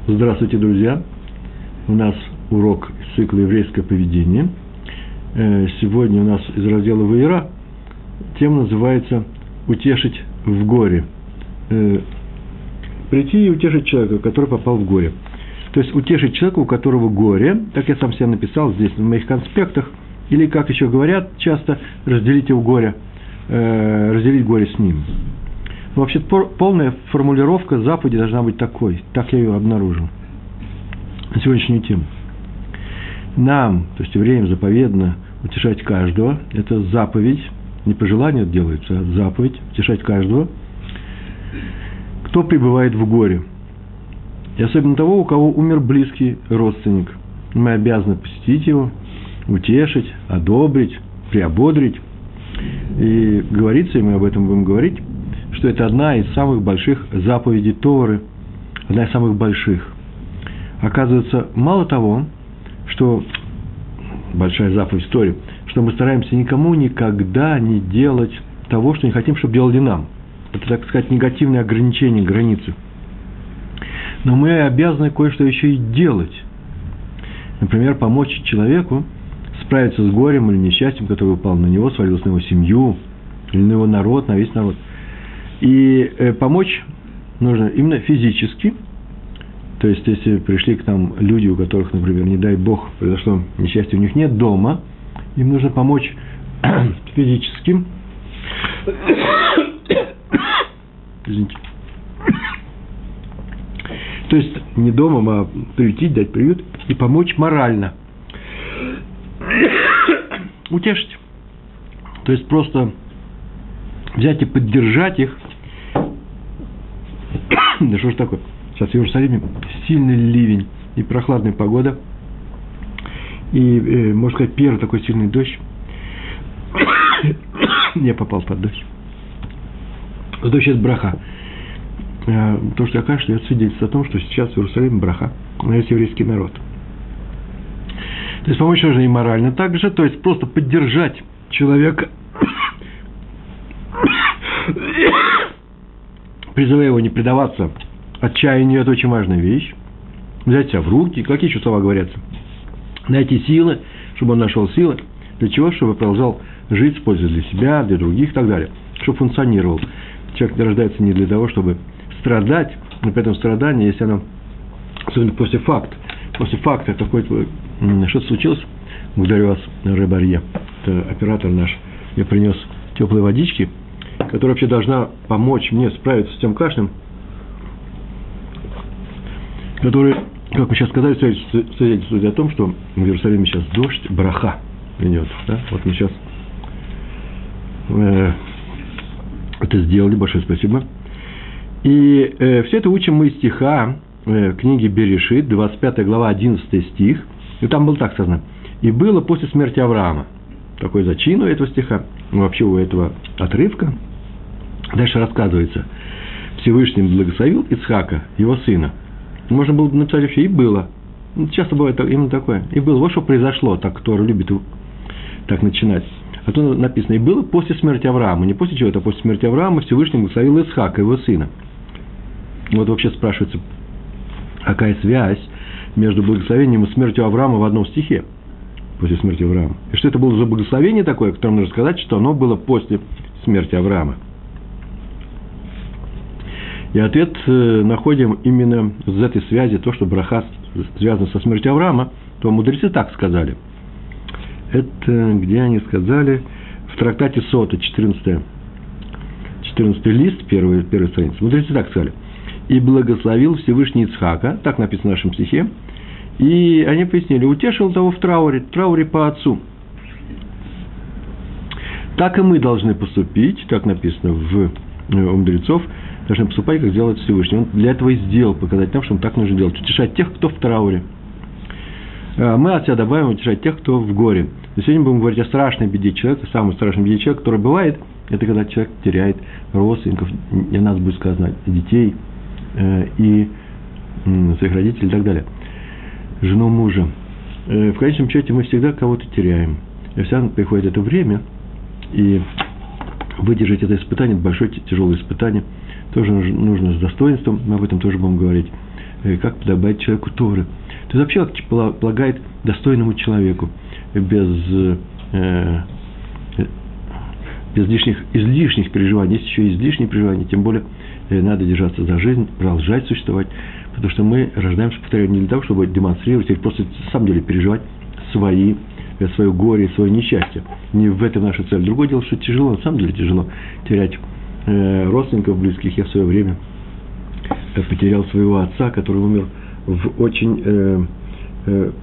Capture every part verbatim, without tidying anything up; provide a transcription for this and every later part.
Здравствуйте, друзья! У нас урок из цикла «Еврейское поведение». Сегодня у нас из раздела «Ваера» тема называется «Утешить в горе». Прийти и утешить человека, который попал в горе. То есть утешить человека, у которого горе, так я сам себе написал здесь в моих конспектах, или, как еще говорят часто, разделить его горе, разделить горе с ним. Но вообще полная формулировка заповеди должна быть такой. Так я ее обнаружил. На сегодняшнюю тему. Нам, то есть евреям, заповедно утешать каждого. Это заповедь. Не по желанию это делается, а заповедь. Утешать каждого, кто пребывает в горе. И особенно того, у кого умер близкий родственник. Мы обязаны посетить его, утешить, одобрить, приободрить. И говорится, и мы об этом будем говорить, что это одна из самых больших заповедей Торы, одна из самых больших. Оказывается, мало того, что большая заповедь в Торе, что мы стараемся никому никогда не делать того, что не хотим, чтобы делали нам. Это, так сказать, негативные ограничения, границы. Но мы обязаны кое-что еще и делать. Например, помочь человеку справиться с горем или несчастьем, которое упало на него, свалилось на его семью, или на его народ, на весь народ. И э, помочь нужно именно физически. То есть, если пришли к нам люди, у которых, например, не дай Бог, произошло несчастье, у них нет дома, им нужно помочь физически. Извините. То есть, не дома, а приютить, дать приют и помочь морально. Утешить. То есть, просто взять и поддержать их. Да что ж такое? Сейчас в Иерусалиме сильный ливень и прохладная погода. И, э, можно сказать, первый такой сильный дождь. Я попал под дождь. Вот сейчас браха. То, что я кажется, это свидетельство о том, что сейчас в Иерусалиме браха на весь еврейский народ. То есть, помочь нужно и морально также, то есть, просто поддержать человека, призывая его не предаваться отчаянию, это очень важная вещь. Взять себя в руки, какие еще слова говорятся? Найти силы, чтобы он нашел силы. Для чего? Чтобы продолжал жить с пользой для себя, для других и так далее. Чтобы функционировал. Человек рождается не для того, чтобы страдать, но при этом страдание, если оно, особенно после факта, после факта какой-то, что-то случилось, благодарю вас, Рэб Арье, это оператор наш, я принес теплой водички, которая вообще должна помочь мне справиться с тем кашлем, который, как мы сейчас сказали, свидетельствует о том, что в Иерусалиме сейчас дождь, браха идет. Да? Вот мы сейчас э, это сделали, большое спасибо. И э, все это учим мы из стиха э, книги Берешит, двадцать пятая глава, одиннадцатый стих. И там было так сказано. «И было после смерти Авраама». Такой зачин у этого стиха, вообще у этого отрывка. Дальше рассказывается. Всевышний благословил Ицхака, его сына. Можно было бы написать вообще «и было». Часто бывает именно такое. «И было». Вот что произошло, так кто любит так начинать. А то написано «и было после смерти Авраама». Не после чего, это после смерти Авраама Всевышний благословил Ицхака, его сына. Вот вообще спрашивается, какая связь между благословением и смертью Авраама в одном стихе, после смерти Авраама. И что это было за благословение такое, о котором нужно сказать, что оно было после смерти Авраама. И ответ находим именно из этой связи, то, что браха связана со смертью Авраама, то мудрецы так сказали. Это, где они сказали, в трактате Сота, четырнадцатый, четырнадцатый лист, первая, первая страница. Мудрецы так сказали. «И благословил Всевышний Ицхака», так написано в нашем стихе, и они пояснили, утешил того в трауре, в трауре по отцу. Так и мы должны поступить, так написано в, у мудрецов, должны поступать, как делает Всевышний. Он для этого и сделал, показать нам, что так нужно делать. Утешать тех, кто в трауре. Мы от себя добавим утешать тех, кто в горе. И сегодня будем говорить о страшной беде человека, самой страшной беде человека, которая бывает, это когда человек теряет родственников, не надо будет сказать, детей и своих родителей и так далее. Жену, мужа. В конечном счете мы всегда кого-то теряем. И всегда приходит это время, и выдержать это испытание, это большое тяжелое испытание. тоже нужно с достоинством, мы об этом тоже будем говорить, как подобает человеку Торы. То есть вообще, как полагает достойному человеку, без, э, без лишних, излишних переживаний. Есть еще излишние переживания, тем более э, надо держаться за жизнь, продолжать существовать, потому что мы рождаемся, повторяю, не для того, чтобы демонстрировать или просто на самом деле переживать свои, э, свое горе, свое несчастье. Не в этом наша цель. Другое дело, что тяжело, на самом деле тяжело терять э, родственников близких. Я в свое время э, потерял своего отца, который умер в очень э, э,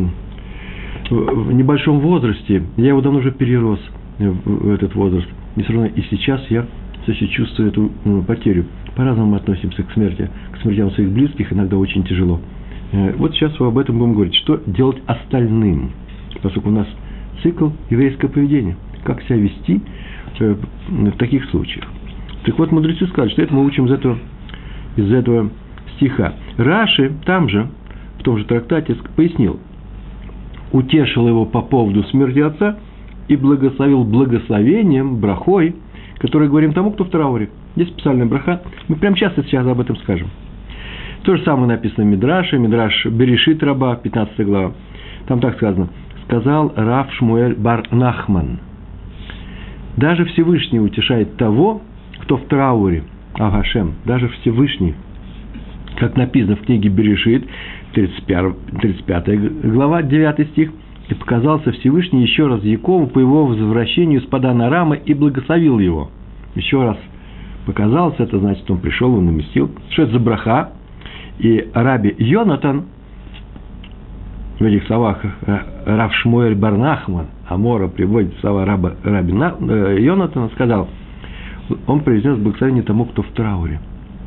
в небольшом возрасте. Я его давно уже перерос, в этот возраст. И все равно и сейчас я все еще чувствую эту ну, потерю. По-разному мы относимся к смерти, к смертям своих близких, иногда очень тяжело. Э, вот сейчас мы об этом будем говорить. Что делать остальным? Поскольку у нас цикл еврейского поведения. Как себя вести э, в таких случаях. Так вот, мудрецы сказали, что это мы учим из этого, из этого стиха. Раши там же, в том же трактате, пояснил, утешил его по поводу смерти отца и благословил благословением, брахой, который говорим тому, кто в трауре. Здесь специальная браха. Мы прямо часто сейчас об этом скажем. То же самое написано в Мидраше. Мидраш Берешит Раба, пятнадцатая глава. Там так сказано. Сказал Рав Шмуэль бар Нахман. Даже Всевышний утешает того, кто в трауре. Агашем. Даже Всевышний. Как написано в книге Берешит, тридцать пятая глава, девятый стих, «И показался Всевышний еще раз Якову по его возвращению с Падан Арама и благословил его». Еще раз показался, это значит, он пришел, он наместил. Что это за браха? И раби Йонатан, в этих словах Рав Шмуэль бар Нахман, Амора приводит слова раба, раби Йонатана, сказал, он произнес благословение тому, кто в трауре.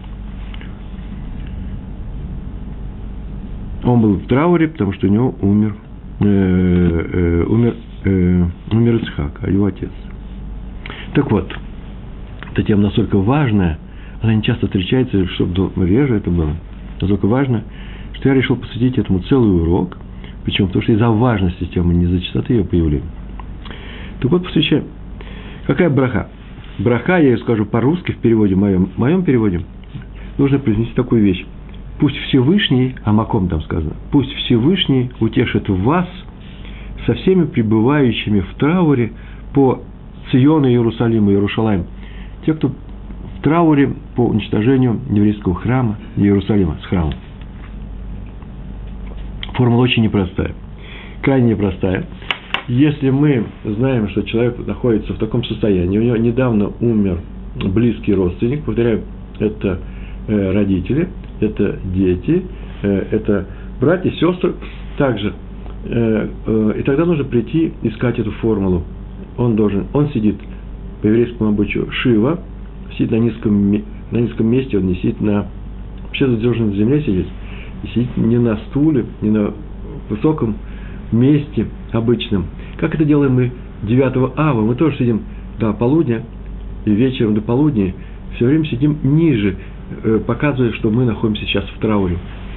Он был в трауре, потому что у него умер, э, э, умер, э, умер Ицхак, а его отец. Так вот, эта тема настолько важная, она не часто встречается, чтобы реже это было, настолько важно, что я решил посвятить этому целый урок, причем потому что из-за важности темы, не за частоты ее появления. Так вот, посвящаем. Какая браха? Браха, я ее скажу по-русски в переводе, в моем, в моем переводе, нужно произнести такую вещь. Пусть Всевышний, а маком там сказано, пусть Всевышний утешит вас со всеми пребывающими в трауре по Циону, Иерусалиму, Иерушалаим. Те, кто в трауре по уничтожению еврейского храма, Иерусалима, с храмом. Формула очень непростая, крайне непростая. Если мы знаем, что человек находится в таком состоянии, у него недавно умер близкий родственник, повторяю, это родители, это дети, это братья, сестры, также. И тогда нужно прийти, искать эту формулу. Он должен, он сидит по еврейскому обычаю шива, сидит на низком, на низком месте, он не сидит на, вообще-то должен на земле сидеть, и сидит не на стуле, не на высоком месте обычном. Как это делаем мы девятого ава? Мы тоже сидим до полудня, и вечером до полудня все время сидим ниже, показывая, что мы находимся сейчас в трауре.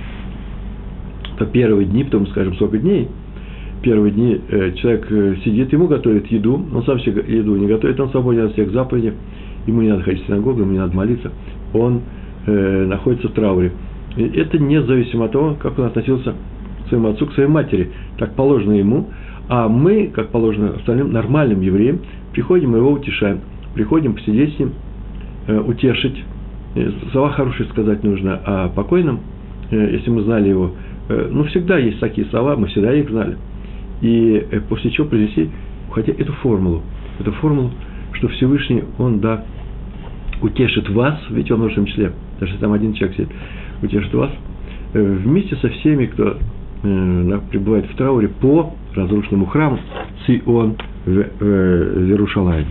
Это первые дни, потом, скажем, сколько дней, первые дни человек сидит, ему готовят еду, он сам себе еду не готовит, он свободен от всех заповедей, ему не надо ходить в синагогу, ему не надо молиться, он э, находится в трауре. И это независимо от того, как он относился к своему отцу, к своей матери. Так положено ему, а мы, как положено остальным нормальным евреям, приходим и его утешаем, приходим посидеть с ним, э, утешить. Слова хорошие сказать нужно о покойном, если мы знали его. Ну, всегда есть такие слова, мы всегда их знали. И после чего произнести, хотя эту формулу, эту формулу, что Всевышний, Он, да, утешит вас, видите, во множественном числе, даже если там один человек сидит, утешит вас, вместе со всеми, кто э, пребывает в трауре по разрушенному храму Цион в, в, в Иерушалаиме.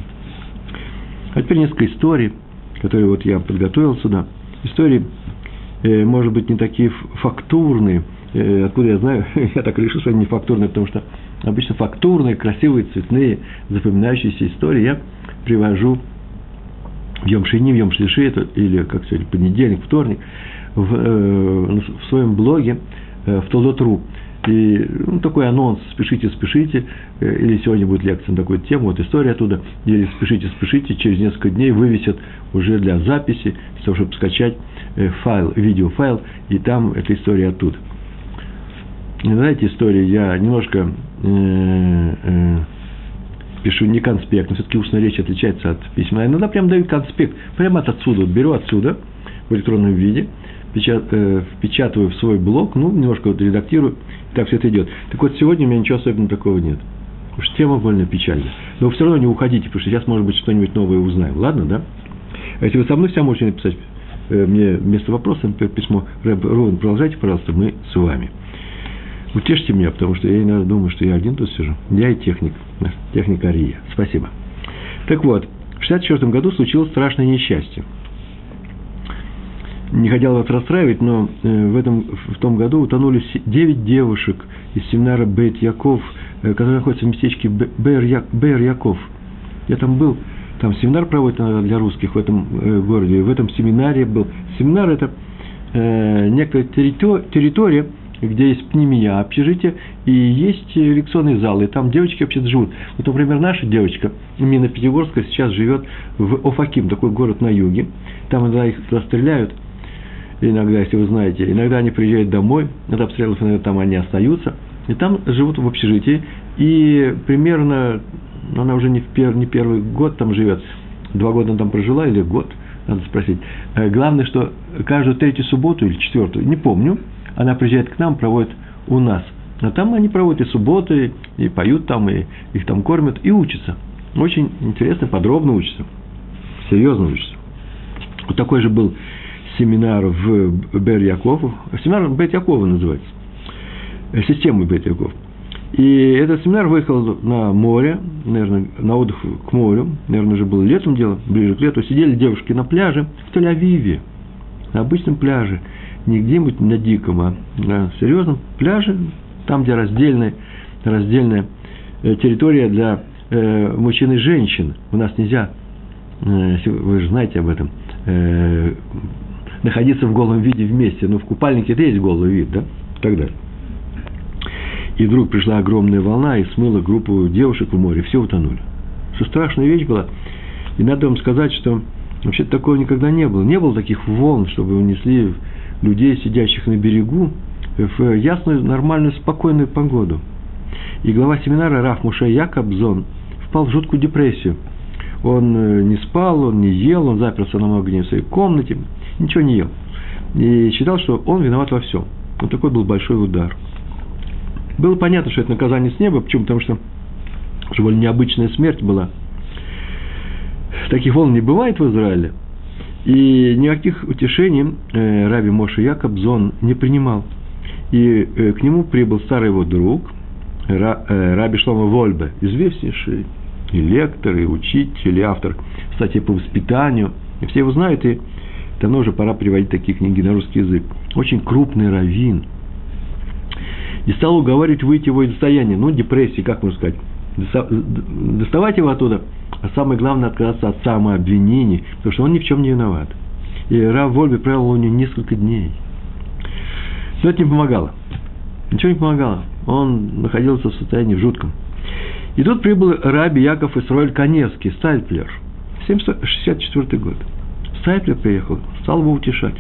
А теперь несколько историй, которые вот я подготовил сюда. Истории, э, может быть, не такие фактурные. Э, откуда я знаю? Я так решил, что они не фактурные, потому что обычно фактурные, красивые, цветные, запоминающиеся истории я привожу в Йом Шини, в Йом Шлиши, это, или, как сегодня, понедельник, вторник, в, э, в своем блоге э, в Толдот точка ру. И ну, такой анонс, спешите, спешите, или сегодня будет лекция на такую тему, вот история оттуда, или спешите, спешите, через несколько дней вывесят уже для записи, для того, чтобы скачать файл, видеофайл, и там эта история оттуда. И знаете, история, я немножко э, э, пишу не конспект, но все-таки устная речь отличается от письма. Иногда прям даю конспект, прямо от отсюда, вот беру отсюда, в электронном виде, печат, э, впечатываю в свой блог, ну, немножко вот редактирую, и так все это идет. Так вот, сегодня у меня ничего особенного такого нет. Потому что тема больно печальная. Но вы все равно не уходите, потому что сейчас, может быть, что-нибудь новое узнаем. Ладно, да? А если вы со мной всегда можете написать э, мне вместо вопроса, например, письмо Рэб Ровен, продолжайте, пожалуйста, мы с вами. Утешьте меня, потому что я иногда думаю, что я один тут сижу. Я и техник, техник Ария. Спасибо. Так вот, в шестьдесят четвёртом году случилось страшное несчастье. Не хотел вас расстраивать, но в, этом, в том году утонули девять девушек из семинара Бейт Яков, который находится в местечке Бейр Яков. Я там был, там семинар проводят для русских в этом городе. В этом семинаре был. Семинар – это э, некая территория, где есть пневмия, общежитие, и есть лекционные залы, и там девочки вообще-то живут. Вот, например, наша девочка, Мина Пятигорская, сейчас живет в Офаким, такой город на юге. Там иногда их расстреляют, иногда, если вы знаете, иногда они приезжают домой, от обстрелов, иногда там они остаются, и там живут в общежитии, и примерно, она уже не, в пер, не первый год там живет, два года она там прожила, или год, надо спросить. Главное, что каждую третью субботу или четвертую, не помню, она приезжает к нам, проводит у нас. А там они проводят и субботы, и поют там, и их там кормят, и учатся. Очень интересно, подробно учатся. Серьезно учатся. Вот такой же был семинар в Бейр-Яков. Семинар Бейт-Якова называется. Система Бейт-Яков. И этот семинар выехал на море, наверное, на отдых к морю. Наверное, уже было летом дело, ближе к лету. Сидели девушки на пляже в Тель-Авиве. На обычном пляже. Не где-нибудь на диком, а на серьезном пляже, там, где раздельная, раздельная территория для э, мужчин и женщин. У нас нельзя, э, вы же знаете об этом, э, находиться в голом виде вместе. Но в купальнике это есть голый вид, да? И так далее. И вдруг пришла огромная волна и смыла группу девушек в море. Все утонули. Что страшная вещь была. И надо вам сказать, что вообще-то такого никогда не было. Не было таких волн, чтобы унесли людей, сидящих на берегу, в ясную, нормальную, спокойную погоду. И глава семинара Рав Моше Якобзон впал в жуткую депрессию. Он не спал, он не ел, он заперся на много дней в своей комнате, ничего не ел. И считал, что он виноват во всем. Вот такой был большой удар. Было понятно, что это наказание с неба. Почему? Потому что довольно необычная смерть была. Таких волн не бывает в Израиле. И никаких утешений э, Раби Моше Якобзон не принимал. И э, к нему прибыл старый его друг, Ра, э, Раби Шломо Вольбе, известнейший и лектор, и учитель, и автор статей по воспитанию. И все его знают, и давно уже пора переводить такие книги на русский язык. Очень крупный раввин. И стал уговаривать выйти его из состояния, ну, депрессии, как можно сказать, доставать его оттуда. А самое главное, отказаться от самообвинений, потому что он ни в чем не виноват. И Рав Вольбе провел у него несколько дней. Но это не помогало. Ничего не помогало. Он находился в состоянии жутком. И тут прибыл Раби Яков Исроэль Каневский, Стайплер, шестьдесят четвёртый год. Стайплер приехал, стал его утешать.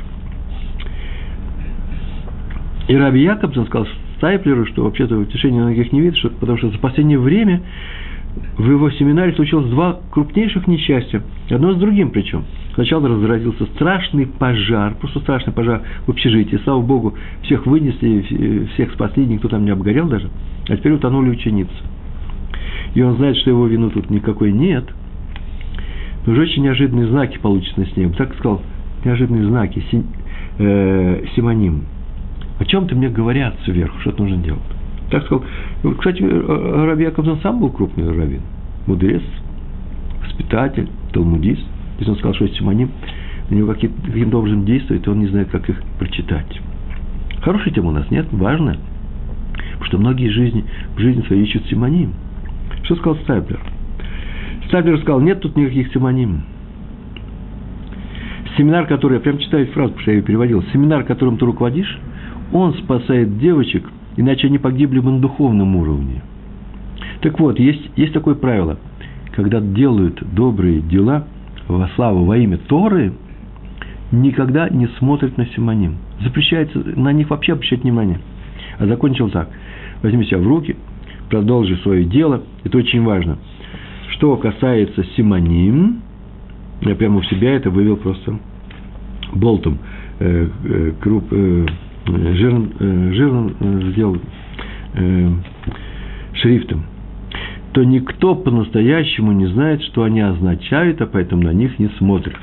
И Раби Якобсон сказал Стайплеру, что вообще-то утешения многих не видит, что, потому что за последнее время в его семинаре случилось два крупнейших несчастья. Одно с другим причем. Сначала разразился страшный пожар, просто страшный пожар в общежитии. Слава Богу, всех вынесли, всех спасли, никто там не обгорел даже. А теперь утонули ученицы. И он знает, что его вины тут никакой нет. Но уже очень неожиданные знаки получены с ним. Так сказал, неожиданные знаки, си, э, симоним. О чем-то мне говорят сверху, что-то нужно делать. Так сказал. Кстати, Раби Якобсон сам был крупный раввин. Мудрец, воспитатель, талмудист. Если он сказал, что есть симоним, у него каким-то образом действует, и он не знает, как их прочитать. Хорошая тема у нас, нет? Важная. Потому что многие жизни, в жизни своей ищут симоним. Что сказал Стайплер? Стайплер сказал, нет тут никаких симоним. Семинар, который, я прям читаю фразу, потому что я ее переводил, семинар, которым ты руководишь, он спасает девочек иначе они погибли бы на духовном уровне. Так вот, есть, есть такое правило. Когда делают добрые дела во славу, во имя Торы, никогда не смотрят на симоним. Запрещается на них вообще обращать внимание. А закончил так. Возьми себя в руки, продолжи свое дело. Это очень важно. Что касается симоним, я прямо у себя это вывел просто болтом, э, э, круп, э, жирным, э, жирным э, сделал э, шрифтом, то никто по-настоящему не знает, что они означают, а поэтому на них не смотрят.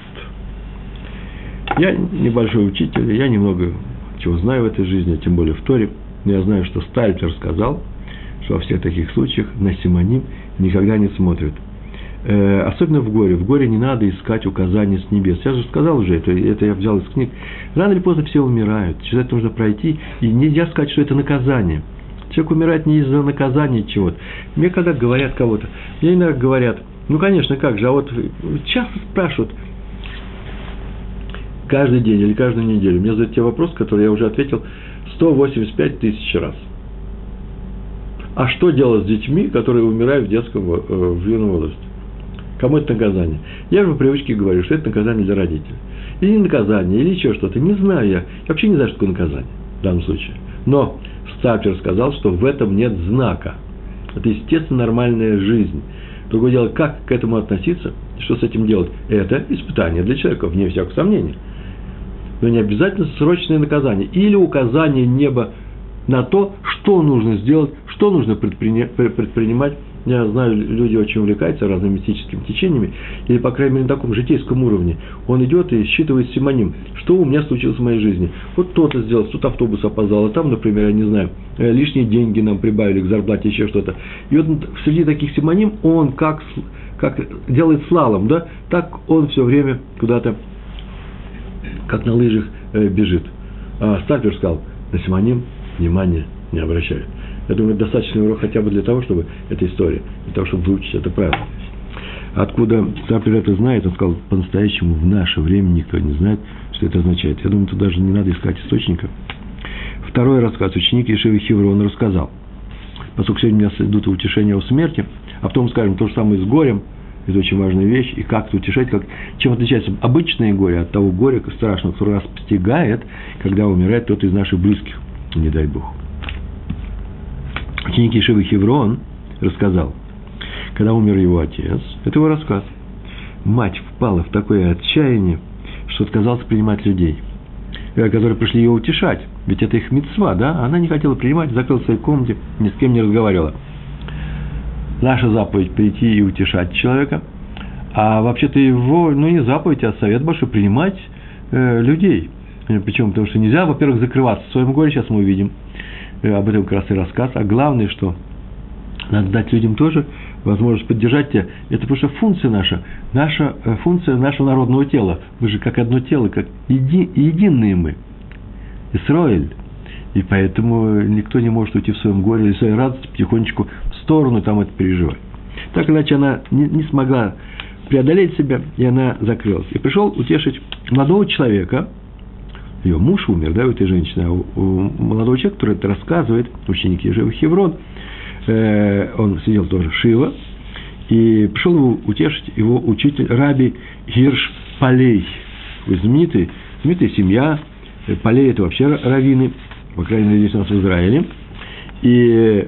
Я небольшой учитель, я немного чего знаю в этой жизни, тем более в Торе. Но я знаю, что Стальтер сказал, что во всех таких случаях на симоним никогда не смотрят. Э, особенно в горе. В горе не надо искать указания с небес. Я же сказал уже, это, это я взял из книг. Рано или поздно все умирают. Через это нужно пройти. И нельзя сказать, что это наказание. Человек умирает не из-за наказания чего-то. Мне когда говорят кого-то, мне иногда говорят, ну, конечно, как же, а вот часто спрашивают, каждый день или каждую неделю, мне задают те вопросы, которые я уже ответил сто восемьдесят пять тысяч раз. А что делать с детьми, которые умирают в детском, в юном возрасте? Кому это наказание? Я же по привычке говорю, что это наказание для родителей. Или не наказание, или еще что-то. Не знаю я. Я вообще не знаю, что такое наказание в данном случае. Но Стапер сказал, что в этом нет знака. Это, естественно, нормальная жизнь. Другое дело, как к этому относиться, что с этим делать. Это испытание для человека, вне всякого сомнения. Но не обязательно срочное наказание. Или указание неба на то, что нужно сделать, что нужно предпринимать. Я знаю, люди очень увлекаются разными мистическими течениями, или, по крайней мере, на таком житейском уровне. Он идет и считывает симоним, что у меня случилось в моей жизни. Вот то-то сделал, тут автобус опоздал, а там, например, я не знаю, лишние деньги нам прибавили к зарплате, еще что-то. И вот среди таких симоним он как, как делает слалом, да, так он все время куда-то, как на лыжах, бежит. А Стальтер сказал, на симоним внимания не обращают. Я думаю, достаточный урок хотя бы для того, чтобы эта история, для того, чтобы выучить это правило. Откуда Стальтер это знает, он сказал, по-настоящему в наше время никто не знает, что это означает. Я думаю, тут даже не надо искать источника. Второй рассказ. Ученик Ешивы Хеврон рассказал. Поскольку сегодня у меня идут утешения о смерти, а потом скажем то же самое с горем, это очень важная вещь, и как-то утешать, как, чем отличается обычное горе от того горя страшного, которое нас постигает, когда умирает кто-то из наших близких, не дай Бог. Ученик Ешивы Хеврон рассказал, когда умер его отец, это его рассказ, мать впала в такое отчаяние, что отказалась принимать людей, которые пришли ее утешать, ведь это их мицва, да, она не хотела принимать, закрылась в своей комнате, ни с кем не разговаривала. Наша заповедь – прийти и утешать человека, а вообще-то его, ну, не заповедь, а совет больше принимать э, людей. Причем, потому что нельзя, во-первых, закрываться в своем горе, сейчас мы увидим, э, об этом как раз и рассказ, а главное, что надо дать людям тоже возможность поддержать тебя. Это потому что функция наша, наша э, функция нашего народного тела. Мы же как одно тело, как еди, единые мы. Исроэль. И поэтому никто не может уйти в своем горе или в своей радости потихонечку в сторону, там это переживать. Так иначе она не, не смогла преодолеть себя, и она закрылась. И пришел утешить молодого человека, ее муж умер, да, у этой женщины, а у, у молодого человека, который это рассказывает, ученик Ешивы Хеврон, э, он сидел тоже Шива, и пришел его утешить его учитель Раби Гирш Палей, знаменитый, знаменитая семья, Палей – это вообще раввины, по крайней мере, здесь у нас в Израиле. И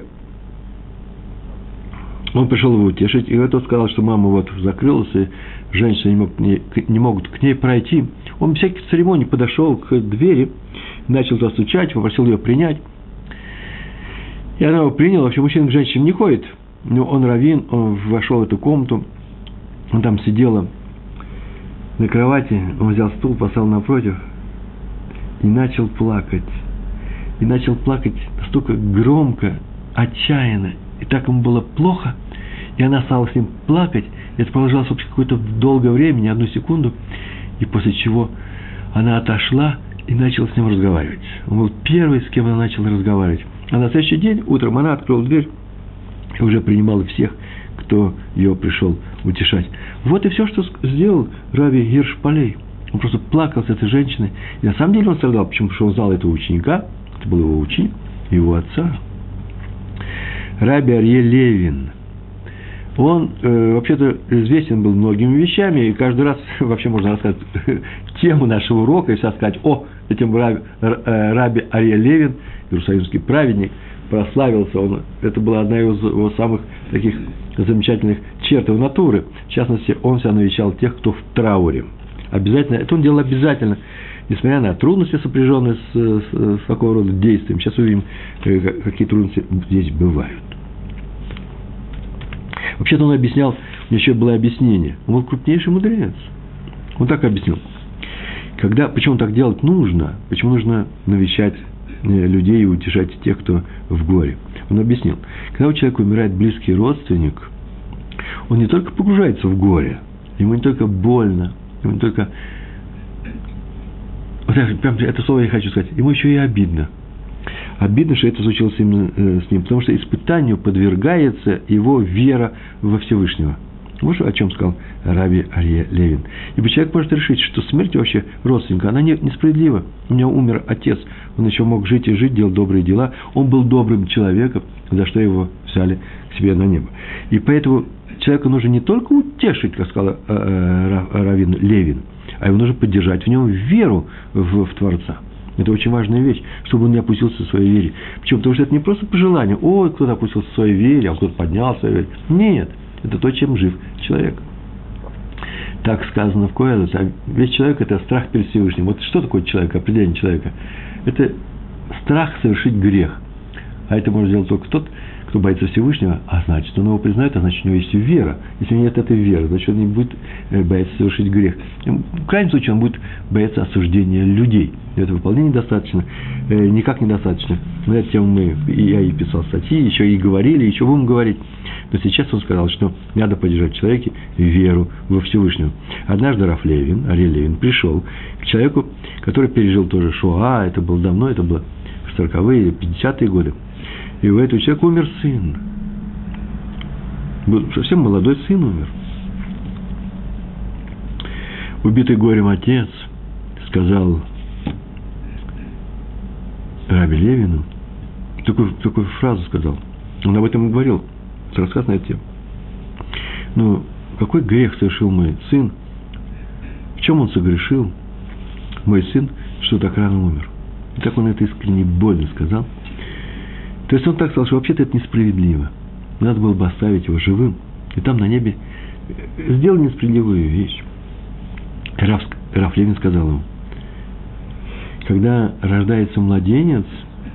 он пришел его утешить, и тот сказал, что мама вот закрылась, и женщины не, мог, не, не могут к ней пройти. Он без всяких церемоний подошел к двери, начал туда стучать, попросил ее принять. И она его приняла. Вообще, мужчина к женщинам не ходит. Но он раввин, он вошел в эту комнату, он там сидела на кровати, он взял стул, поставил напротив и начал плакать. И начал плакать настолько громко, отчаянно, и так ему было плохо, и она стала с ним плакать, и это продолжалось вообще какое-то долгое время, не одну секунду, и после чего она отошла и начала с ним разговаривать. Он был первый, с кем она начала разговаривать. А на следующий день, утром, она открыла дверь и уже принимала всех, кто ее пришел утешать. Вот и все, что сделал Раби Гирш Палей. Он просто плакал с этой женщиной, и на самом деле он страдал, почему? Потому что он знал этого ученика, это был его ученик, его отца. Раби Арье Левин, он э, вообще-то известен был многими вещами, и каждый раз вообще можно рассказать тему нашего урока и сказать: о, этим раби, раби Арье Левин, иерусалимский праведник, прославился, он, это была одна из его самых таких замечательных черт его натуры. В частности, он всегда навещал тех, кто в трауре. Обязательно, это он делал обязательно, несмотря на трудности, сопряженные с, с, с такого рода действием. Сейчас увидим, какие трудности здесь бывают. Вообще-то он объяснял, у него еще было объяснение. Он был крупнейший мудрец. Он так объяснил. Когда, почему так делать нужно? Почему нужно навещать людей и утешать тех, кто в горе? Он объяснил. Когда у человека умирает близкий родственник, он не только погружается в горе, ему не только больно, ему не только... Вот прям это слово я хочу сказать. Ему еще и обидно. Обидно, что это случилось именно с ним, потому что испытанию подвергается его вера во Всевышнего. Вот о чем сказал раби Арье Левин. Ибо человек может решить, что смерть вообще родственника, она не, несправедлива. У него умер отец, он еще мог жить и жить, делать добрые дела. Он был добрым человеком, за что его взяли к себе на небо. И поэтому человеку нужно не только утешить, как сказал раввин Левин, а его нужно поддержать в нем веру в, в Творца. Это очень важная вещь, чтобы он не опустился в своей вере. Почему? Потому что это не просто пожелание: ой, кто-то опустился в своей вере, а кто-то поднял в своей вере. Нет, это то, чем жив человек. Так сказано в Коэлес. А весь человек – это страх перед Всевышним. Вот что такое человек, определение человека? Это страх совершить грех. А это может сделать только тот, кто боится Всевышнего, а значит, он его признает, а значит, у него есть вера. Если нет этой веры, значит, он не будет бояться совершить грех. В крайнем случае, он будет бояться осуждения людей. Этого вполне недостаточно, никак недостаточно. На эту тему мы, я и писал статьи, еще и говорили, еще будем говорить. Но сейчас он сказал, что надо поддержать в человеке веру во Всевышнего. Однажды Рав Левин, Арье Левин, пришел к человеку, который пережил тоже Шоа, это было давно, это было в сороковые, пятидесятые годы. И у этого человека умер сын. Был совсем молодой сын умер. Убитый горем отец сказал раби Левину, такую, такую фразу сказал. Он об этом и говорил, с рассказ на эту тему. Ну, какой грех совершил мой сын? В чем он согрешил? Мой сын, что так рано умер. И так он это искренне больно сказал. То есть он так сказал, что вообще-то это несправедливо. Надо было бы оставить его живым. И там на небе сделал несправедливую вещь. Рав, Рав Левин сказал ему: когда рождается младенец,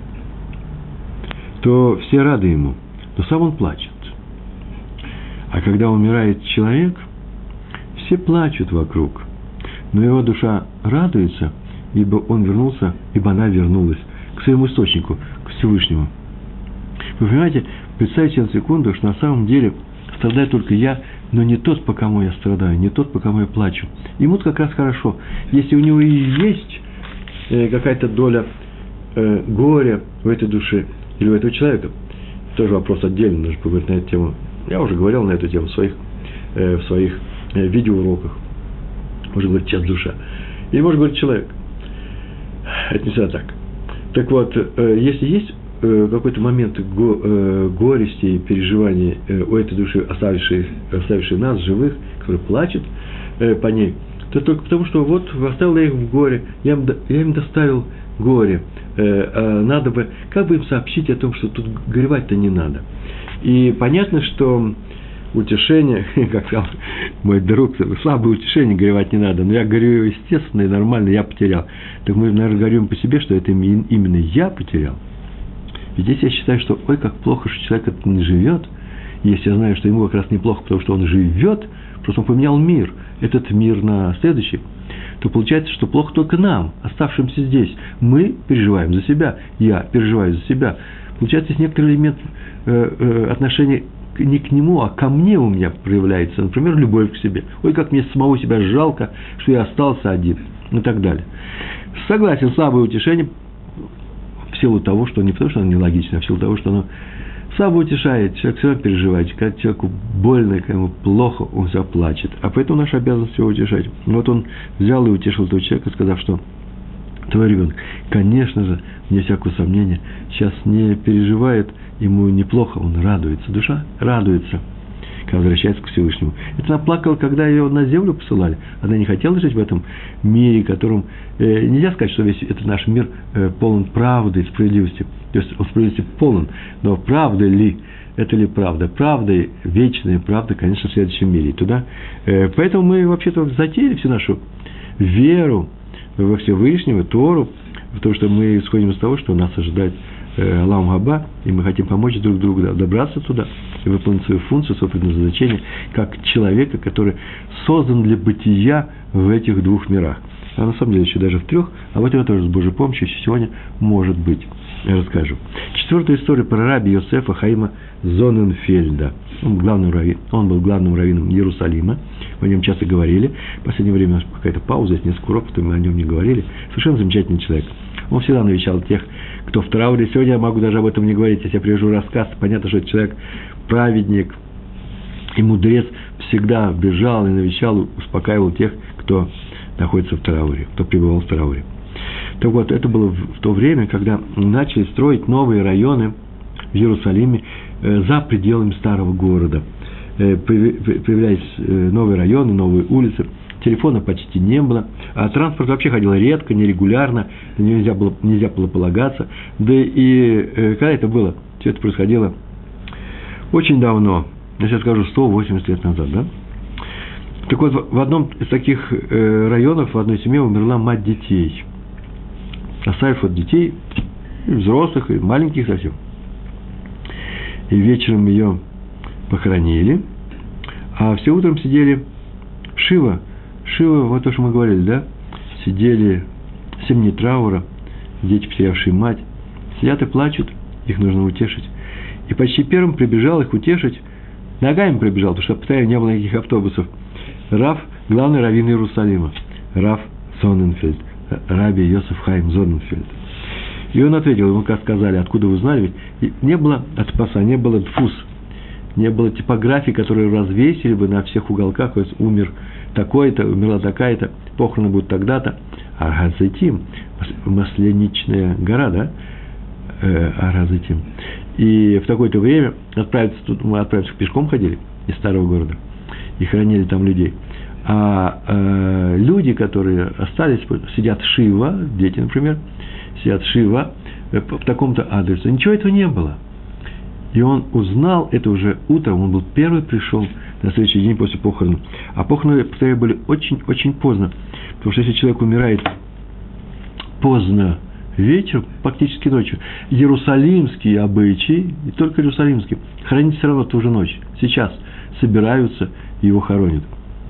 то все рады ему, но сам он плачет. А когда умирает человек, все плачут вокруг, но его душа радуется, ибо он вернулся, ибо она вернулась к своему источнику, к Всевышнему. Вы понимаете, представьте на секунду, что на самом деле страдаю только я, но не тот, по кому я страдаю, не тот, по кому я плачу. Ему-то как раз хорошо. Если у него и есть какая-то доля э, горя в этой душе или у этого человека, тоже вопрос отдельно, нужно поговорить на эту тему. Я уже говорил на эту тему в своих, э, в своих э, видеоуроках. Можно говорить «час душа». Или можно говорить «человек». Это не всегда так. Так вот, э, если есть э, какой-то момент го, э, горести и переживания э, у этой души, оставившей, оставившей нас, живых, которые плачут э, по ней, то только потому, что вот оставил я их в горе, я им, я им доставил горе. Э, а надо бы, как бы им сообщить о том, что тут горевать-то не надо. И понятно, что утешение, как сказал мой друг, слабое утешение, горевать не надо. Но я горю естественно и нормально, я потерял. Так мы, наверное, горюем по себе, что это именно я потерял. И здесь я считаю, что ой, как плохо, что человек это не живет. И если я знаю, что ему как раз неплохо, потому что он живет, просто он поменял мир, этот мир на следующий, то получается, что плохо только нам, оставшимся здесь. Мы переживаем за себя, я переживаю за себя. Получается, есть некоторый элемент э, э, отношения не к нему, а ко мне у меня проявляется. Например, любовь к себе. Ой, как мне самого себя жалко, что я остался один. И так далее. Согласен, слабое утешение в силу того, что не потому, что оно нелогично, а в силу того, что оно слабо утешает. Человек все равно переживает. Когда человеку больно, когда ему плохо, он заплачет. А поэтому наша обязанность его утешать. Вот он взял и утешил этого человека, сказав, что твой ребенок. конечно же, вне всякого сомнения, сейчас не переживает, ему неплохо, он радуется, душа радуется, когда возвращается к Всевышнему. Это она плакала, когда ее на землю посылали. Она не хотела жить в этом мире, которым э, нельзя сказать, что весь этот наш мир э, полон правды и справедливости. То есть он справедливости полон, но правда ли, это ли правда? Правда, вечная правда, конечно, в следующем мире. И туда. Э, поэтому мы вообще-то затеяли всю нашу веру во Всевышнего, Тору, в то, что мы исходим из того, что нас ожидает э, Алам Габа, и мы хотим помочь друг другу добраться туда и выполнить свою функцию, свое предназначение, как человека, который создан для бытия в этих двух мирах. А на самом деле еще даже в трех, а вот это тоже с Божьей помощью сегодня может быть. Я расскажу. Четвертая история про раби Йосефа Хаима Зоненфельда. Он был главным раввином, он был главным раввином Иерусалима. Мы о нем часто говорили. В последнее время у нас какая-то пауза, есть несколько уроков, мы о нем не говорили. Совершенно замечательный человек. Он всегда навещал тех, кто в трауре. Сегодня я могу даже об этом не говорить. Если я привожу рассказ, понятно, что этот человек праведник и мудрец, всегда бежал и навещал, успокаивал тех, кто находится в трауре, кто пребывал в трауре. Так вот, это было в то время, когда начали строить новые районы в Иерусалиме э, за пределами старого города. Э, появлялись э, новые районы, новые улицы. Телефона почти не было, а транспорт вообще ходил редко, нерегулярно, нельзя было, нельзя было полагаться. Да и э, когда это было? Все это происходило очень давно, я сейчас скажу, сто восемьдесят лет назад, да? Так вот, в одном из таких э, районов, в одной семье умерла мать детей. Оставив от детей, и взрослых, и маленьких совсем. И вечером ее похоронили, а все утром сидели Шива, Шива, вот то, что мы говорили, да? Сидели семь дней траура, дети, потерявшие мать, сидят и плачут, их нужно утешить. И почти первым прибежал их утешить, ногами прибежал, потому что по повторяю, не было никаких автобусов, Рав, главный раввин Иерусалима, Рав Зоненфельд, раби Йосеф Хаим Зоненфельд. И он ответил, ему как сказали, откуда вы узнали, ведь не было отпаса, не было дфус, не было типографии, которые развесили бы на всех уголках, то есть умер такой-то, умерла такая-то, похороны будут тогда-то. Ар-Газитим, Масленичная гора, да? Ар-Газитим. И в такое-то время отправиться, тут мы отправиться пешком ходили из старого города и хоронили там людей. А э, люди, которые остались, сидят Шива, дети, например, сидят Шива э, по такому-то адресу. Ничего этого не было. И он узнал это уже утром, он был первый, пришел на следующий день после похорон. А похороны, повторяю, были очень-очень поздно. Потому что если человек умирает поздно вечером, практически ночью, иерусалимские обычаи, и только иерусалимские, хоронить все равно в ту же ночь. Сейчас собираются и его хоронят.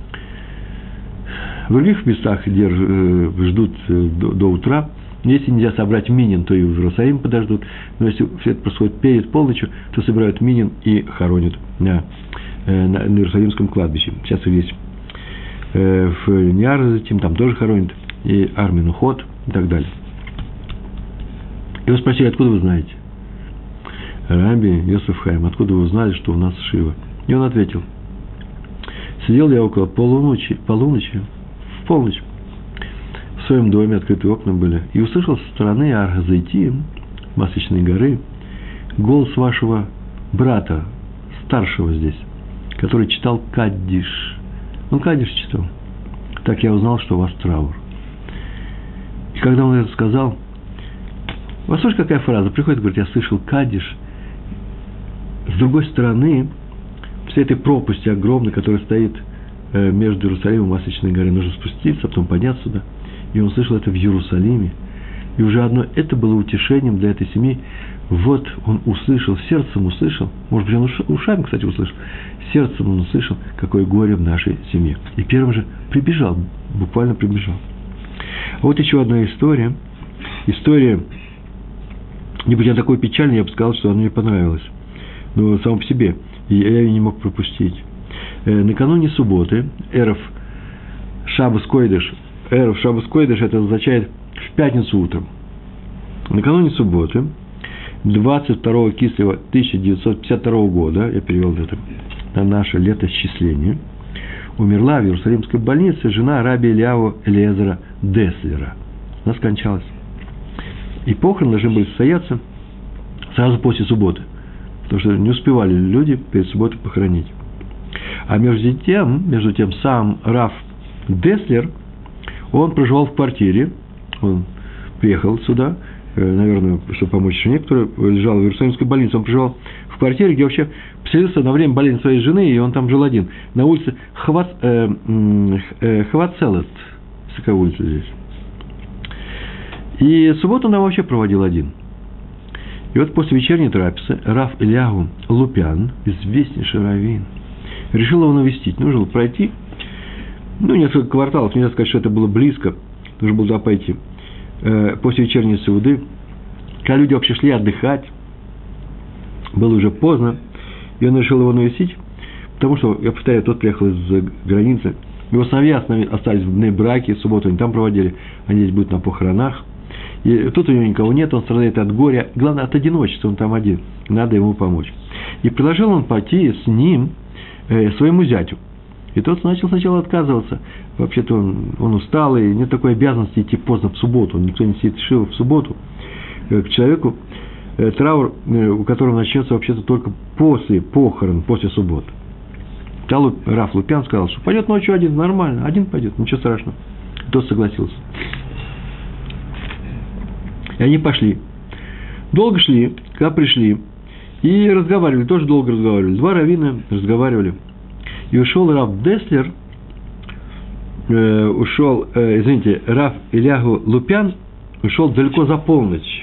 В других местах держ, ждут до, до утра. Если нельзя собрать минин, то и в Иерусалим подождут. Но если все это происходит перед полночью, то собирают минин и хоронят на, на, на Иерусалимском кладбище. Сейчас их есть в Ниар-Газитим, там тоже хоронят, и Ар-Менухот и так далее. Его спросили, откуда вы знаете? Раби Йосеф Хаим, откуда вы узнали, что у нас Шива? И он ответил, сидел я около полуночи, полуночи, в полночь, в своем доме, открытые окна были, и услышал со стороны Ар-Газитим, Масличной горы, голос вашего брата, старшего здесь, который читал Каддиш. Он Каддиш читал. Так я узнал, что у вас траур. И когда он это сказал, вот слушай, какая фраза, приходит, говорит, я слышал Каддиш. С другой стороны, всей этой пропасти огромной, которая стоит между Иерусалимом и Масличной горой, нужно спуститься, потом подняться сюда. И он слышал это в Иерусалиме. И уже одно это было утешением для этой семьи. Вот он услышал, сердцем услышал, может быть, он ушами, кстати, услышал, сердцем он услышал, какое горе в нашей семье. И первым же прибежал, буквально прибежал. А вот еще одна история. История, не будь она такой печальной, я бы сказал, что она мне понравилась. Но само по себе, и я ее не мог пропустить. Накануне субботы, Эрев Шаббос Койдеш, Эрев Шаббос Койдеш, это означает в пятницу утром. Накануне субботы, двадцать второго Кислева тысяча девятьсот пятьдесят второго года, я перевел это на наше летосчисление, умерла в Иерусалимской больнице жена раби Элиаву Элиэзера Деслера. Она скончалась. И похороны должны были состояться сразу после субботы, потому что не успевали люди перед субботой похоронить. А между тем, между тем сам Рав Деслер, он проживал в квартире, он приехал сюда, наверное, чтобы помочь жене, которая лежала в Иерусалимской больнице. Он проживал в квартире, где вообще поселился на время болезни своей жены, и он там жил один. На улице Хват, э, э, Хвацелет, такая улица здесь. И субботу он вообще проводил один. И вот после вечерней трапезы Рав Ильягу Лупян, известнейший раввин, решил его навестить. Нужно было пройти, ну, несколько кварталов, нельзя сказать, что это было близко, нужно было туда пойти. После вечерней сеуды, когда люди вообще шли отдыхать, было уже поздно, и он решил его навестить, потому что, я повторяю, тот приехал из-за границы, его сыновья остались в Бней-Браке, субботу они там проводили, они здесь будут на похоронах, и тут у него никого нет, он страдает от горя, главное, от одиночества, он там один, надо ему помочь. И предложил он пойти с ним э, своему зятю. И тот начал сначала отказываться. Вообще-то он, он устал, и нет такой обязанности идти поздно в субботу. Никто не сидит шива в субботу к человеку, траур, у которого начнется вообще-то только после похорон, после субботы. Тогда Рав Лупян сказал, что пойдет ночью один, нормально, один пойдет, ничего страшного. И тот согласился. И они пошли. Долго шли, когда пришли, и разговаривали, тоже долго разговаривали. Два раввина разговаривали. И ушел Рав Деслер, э, ушел, э, извините, Рав Ильягу Лупян ушел далеко за полночь.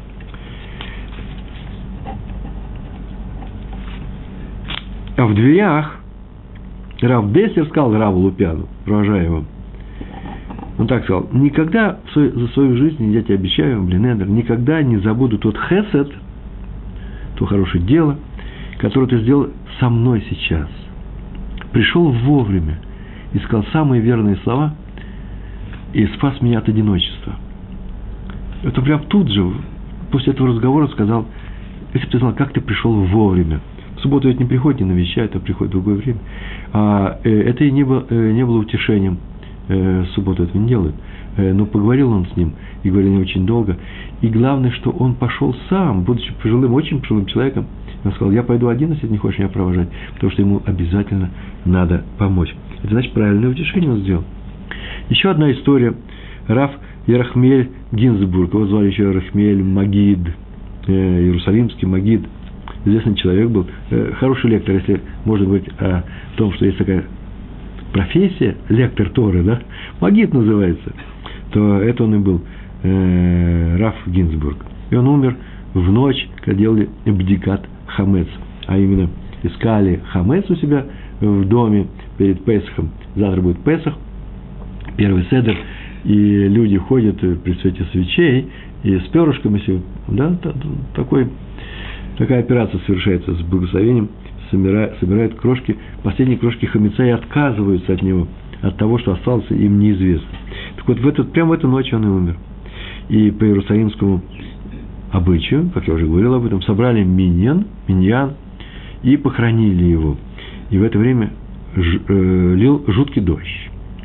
А в дверях Рав Деслер сказал Раву Лупяну, провожая его, он так сказал: никогда в свою, за свою жизнь, я тебе обещаю, Блинедер, никогда не забуду тот хесед, то хорошее дело, которое ты сделал со мной сейчас. Пришел вовремя и сказал самые верные слова и спас меня от одиночества. Это прям тут же, после этого разговора сказал: если бы ты знал, как ты пришел вовремя. В субботу ведь не приходит, не навещает, а приходит в другое время. А это и не было, не было утешением. В субботу этого не делают. Но поговорил он с ним, и говорили не очень долго. И главное, что он пошел сам, будучи пожилым, очень пожилым человеком. Он сказал: я пойду один, если ты не хочешь меня провожать, потому что ему обязательно надо помочь. Это значит, правильное утешение он сделал. Еще одна история. Рав Ерахмиэль Гинзбург, его звали еще Ерахмиэль Магид, э, Иерусалимский Магид. Известный человек был, э, хороший лектор, если можно говорить о том, что есть такая профессия, лектор Торы, да, Магид называется, то это он и был, э, Рав Гинзбург. И он умер в ночь, когда делали бдикат хамец, а именно искали хамец у себя в доме перед Песахом. Завтра будет Песах, первый седер, и люди ходят при свете свечей и с перышками, да, такой, такая операция совершается с благословением, собирают, собирают крошки, последние крошки хамеца и отказываются от него, от того, что осталось, им неизвестно. Так вот, в этот, прямо в эту ночь он и умер. И по иерусалимскому обычаю, как я уже говорил об этом, собрали миньян, миньян и похоронили его. И в это время ж, э, лил жуткий дождь.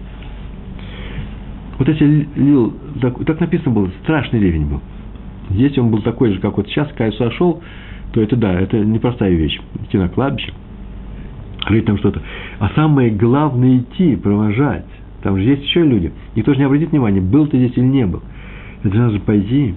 Вот если лил, так, так написано было, страшный ливень был. Если он был такой же, как вот сейчас, когда я сошел, то это да, это непростая вещь. Идти на кладбище, рыть там что-то. А самое главное идти, провожать. Там же есть еще люди. Никто же не обратит внимания, был ты здесь или не был. Это надо же пойти.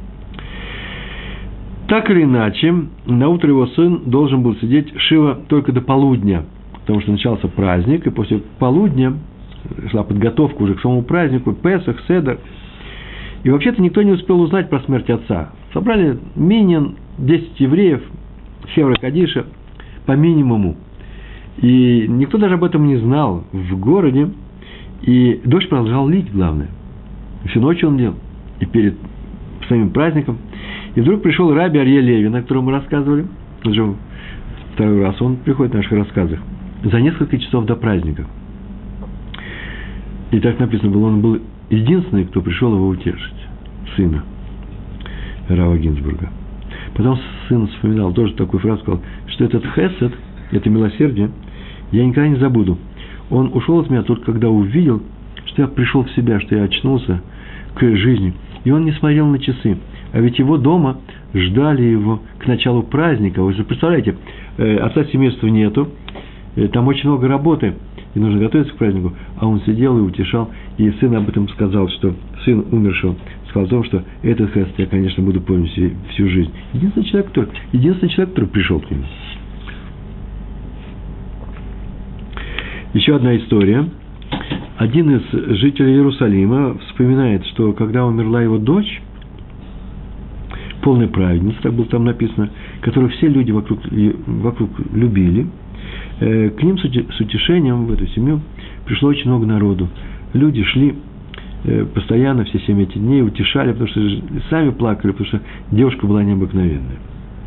Так или иначе, на утро его сын должен был сидеть шива только до полудня, потому что начался праздник, и после полудня шла подготовка уже к самому празднику, Песах, Седер. И вообще-то никто не успел узнать про смерть отца. Собрали миньян, десять евреев, Хевра Кадиша, по минимуму. И никто даже об этом не знал в городе. И дождь продолжал лить, главное. Всю ночь он лил. И перед самим праздником. И вдруг пришел раби Арье Левин, о котором мы рассказывали. Уже второй раз он приходит в наших рассказах. За несколько часов до праздника. И так написано было, он был единственный, кто пришел его утешить. Сына Рава Гинзбурга. Потом сын вспоминал тоже такую фразу, сказал, что этот хесед, это милосердие, я никогда не забуду. Он ушел от меня только когда увидел, что я пришел в себя, что я очнулся к жизни. И он не смотрел на часы. А ведь его дома ждали его к началу праздника. Вы же представляете, отца семейства нету, там очень много работы, и нужно готовиться к празднику. А он сидел и утешал, и сын об этом сказал, что сын умершего сказал о том, что этот крест я, конечно, буду помнить всю, всю жизнь. Единственный человек, который, единственный человек, который пришел к нему. Еще одна история. Один из жителей Иерусалима вспоминает, что когда умерла его дочь, полная праведница, так было там написано, которую все люди вокруг, вокруг любили, к ним с утешением в эту семью пришло очень много народу. Люди шли постоянно все семь эти дней, утешали, потому что сами плакали, потому что девушка была необыкновенная.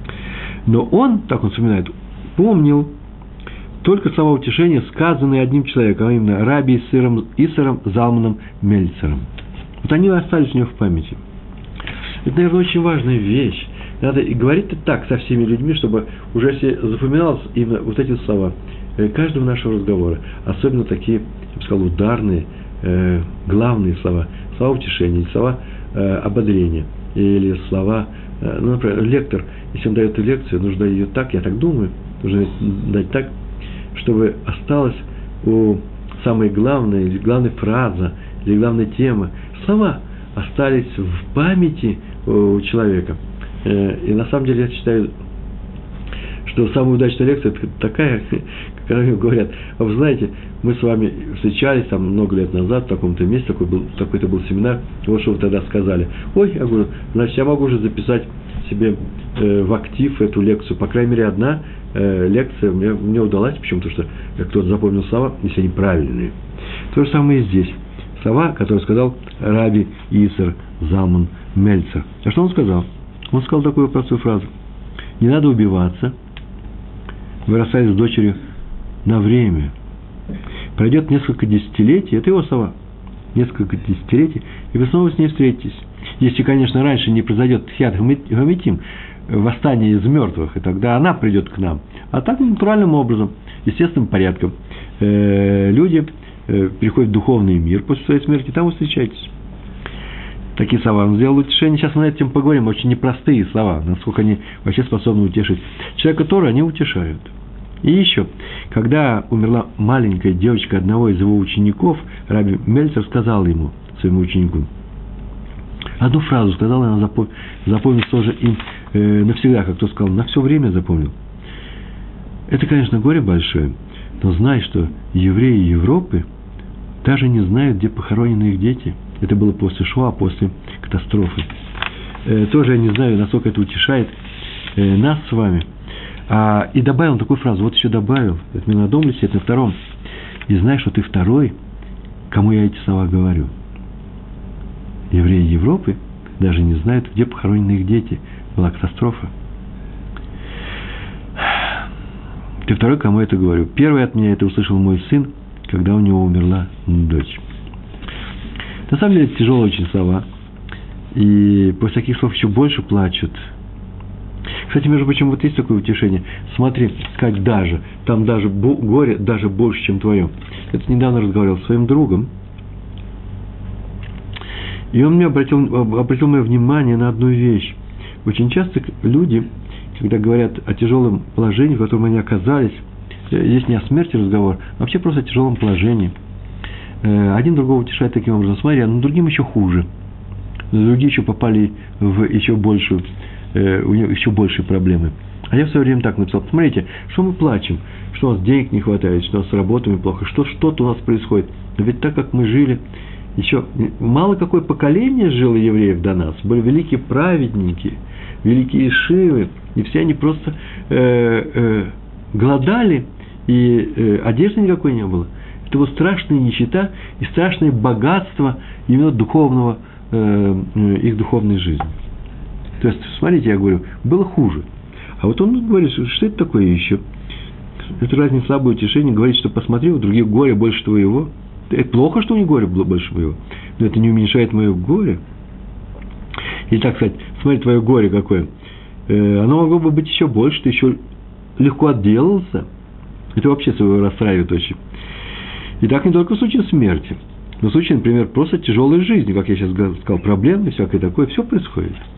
Но он, так он вспоминает, помнил только слова утешения, сказанные одним человеком, а именно Раби Исером, Исером Залманом Мельцером. Вот они остались у него в памяти. Это, наверное, очень важная вещь. Надо и говорить так со всеми людьми, чтобы уже все запоминалось именно вот эти слова каждого нашего разговора. Особенно такие, я бы сказал, ударные, э, главные слова. Слова утешения, слова э, ободрения. Или слова, э, ну, например, лектор, если он дает лекцию, нужно ее так, я так думаю, нужно дать так, чтобы осталась у самой главной, или главной фраза, или главная тема. Слова остались в памяти у человека. И на самом деле я считаю, что самая удачная лекция – это такая, когда говорят, а вы знаете, мы с вами встречались там много лет назад в таком-то месте, такой был, такой-то был семинар, вот что вы тогда сказали. Ой, я говорю, значит, я могу уже записать себе э, в актив эту лекцию. По крайней мере, одна э, лекция мне, мне удалась, почему-то, что кто-то запомнил слова, если они правильные. То же самое и здесь. Слова, которые сказал Раби Исер Залман Мельцер. А что он сказал? Он сказал такую простую фразу. Не надо убиваться. Вы расстались с дочерью на время. Пройдет несколько десятилетий, это его слова, несколько десятилетий, и вы снова с ней встретитесь. Если, конечно, раньше не произойдет тхиат гамитим, восстание из мертвых, и тогда она придет к нам. А так натуральным образом, естественным порядком. Люди переходят в духовный мир после своей смерти, там вы встречаетесь. Такие слова он сделал утешение. Сейчас мы над этим поговорим. Очень непростые слова, насколько они вообще способны утешить человека, который они утешают. И еще, когда умерла маленькая девочка одного из его учеников, Раби Мельцер сказал ему, своему ученику, одну фразу сказал, и она запомнила, запомнила тоже им э, навсегда, как кто сказал, на все время запомнил. Это, конечно, горе большое, но знай, что евреи Европы даже не знают, где похоронены их дети. Это было после Шоа, после катастрофы. Э, тоже я не знаю, насколько это утешает э, нас с вами. А, и добавил такую фразу, вот еще добавил, это мне на одном листе, это на втором. И знай, что ты второй, кому я эти слова говорю. Евреи Европы даже не знают, где похоронены их дети. Была катастрофа. Ты второй, кому я это говорю. Первый от меня это услышал мой сын, когда у него умерла дочь. На самом деле, это тяжелые очень слова. И после таких слов еще больше плачут. Кстати, между прочим, вот есть такое утешение. Смотри, как даже, там даже горе, даже больше, чем твое. Это недавно разговаривал с своим другом. И он мне обратил, обратил мое внимание на одну вещь. Очень часто люди, когда говорят о тяжелом положении, в котором они оказались, здесь не о смерти разговор, а вообще просто о тяжелом положении. Один другого утешает таким образом. Смотри, но другим еще хуже. Другие еще попали в еще большую, у них еще большие проблемы. А я в свое время так написал. Смотрите, что мы плачем, что у нас денег не хватает, что у нас с работами плохо, что что-то у нас происходит. Но ведь так, как мы жили, еще мало какое поколение жило евреев до нас. Были великие праведники, великие шивы, и все они просто э, э, голодали, и э, одежды никакой не было. Это вот страшная нищета и страшное богатство именно духовного, э, их духовной жизни. То есть, смотрите, я говорю, было хуже. А вот он говорит, что это такое еще? Это разве слабое утешение? Говорит, что посмотри, у других горе больше твоего. Это плохо, что у них горе было больше моего. Но это не уменьшает мое горе. И так сказать, смотри, твое горе какое. Э, оно могло бы быть еще больше, ты еще легко отделался. Это вообще своего расстраивает очень. И так не только в случае смерти, но в случае, например, просто тяжелой жизни, как я сейчас сказал, проблемы, всякое такое, все происходит.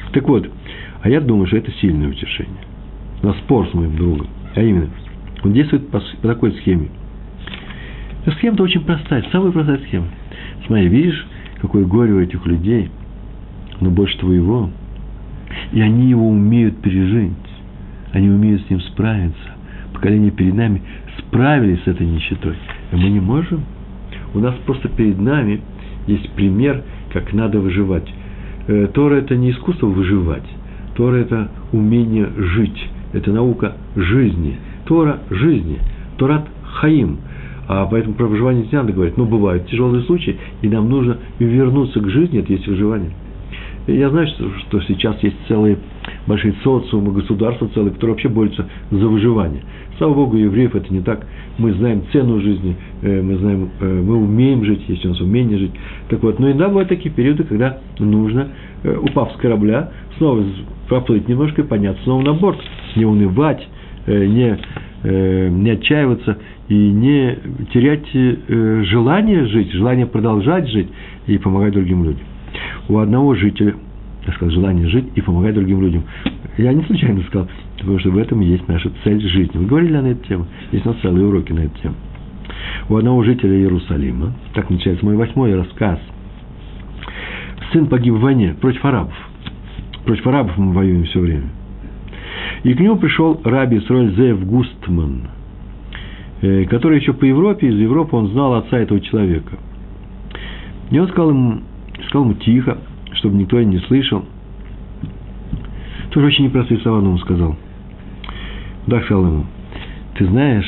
Так вот, а я думаю, что это сильное утешение. У нас спор с моим другом. А именно, он действует по, по такой схеме. Схема-то очень простая, самая простая схема. Смотри, видишь, какое горе у этих людей, но больше твоего. И они его умеют пережить. Они умеют с ним справиться. Поколения перед нами справились с этой нищетой. А мы не можем. У нас просто перед нами есть пример, как надо выживать. Тора – это не искусство выживать. Тора – это умение жить. Это наука жизни. Тора – жизни. Торат – хаим. А поэтому про выживание не надо говорить. Но бывают тяжелые случаи, и нам нужно вернуться к жизни, это есть выживание. И я знаю, что, что сейчас есть целые большие социумы, государства целые, которые вообще борются за выживание. Слава Богу, евреев это не так. Мы знаем цену жизни, мы знаем, мы умеем жить, есть у нас умение жить. Так вот, но иногда бывают такие периоды, когда нужно, упав с корабля, снова проплыть немножко и подняться снова на борт. Не унывать, не, не отчаиваться и не терять желание жить, желание продолжать жить и помогать другим людям. У одного жителя, так сказать, желание жить и помогать другим людям. Я не случайно сказал, потому что в этом и есть наша цель жизни. Мы говорили на эту тему, есть у нас целые уроки на эту тему. У одного жителя Иерусалима, так начинается мой восьмой рассказ, сын погиб в войне против арабов. Против арабов мы воюем все время. И к нему пришел раби Исроэль Зеев Густман, который еще по Европе, из Европы он знал отца этого человека. И он сказал ему, сказал ему тихо, чтобы никто не слышал. Тоже очень непростые слова, но он сказал. Так сказал ему: ты знаешь,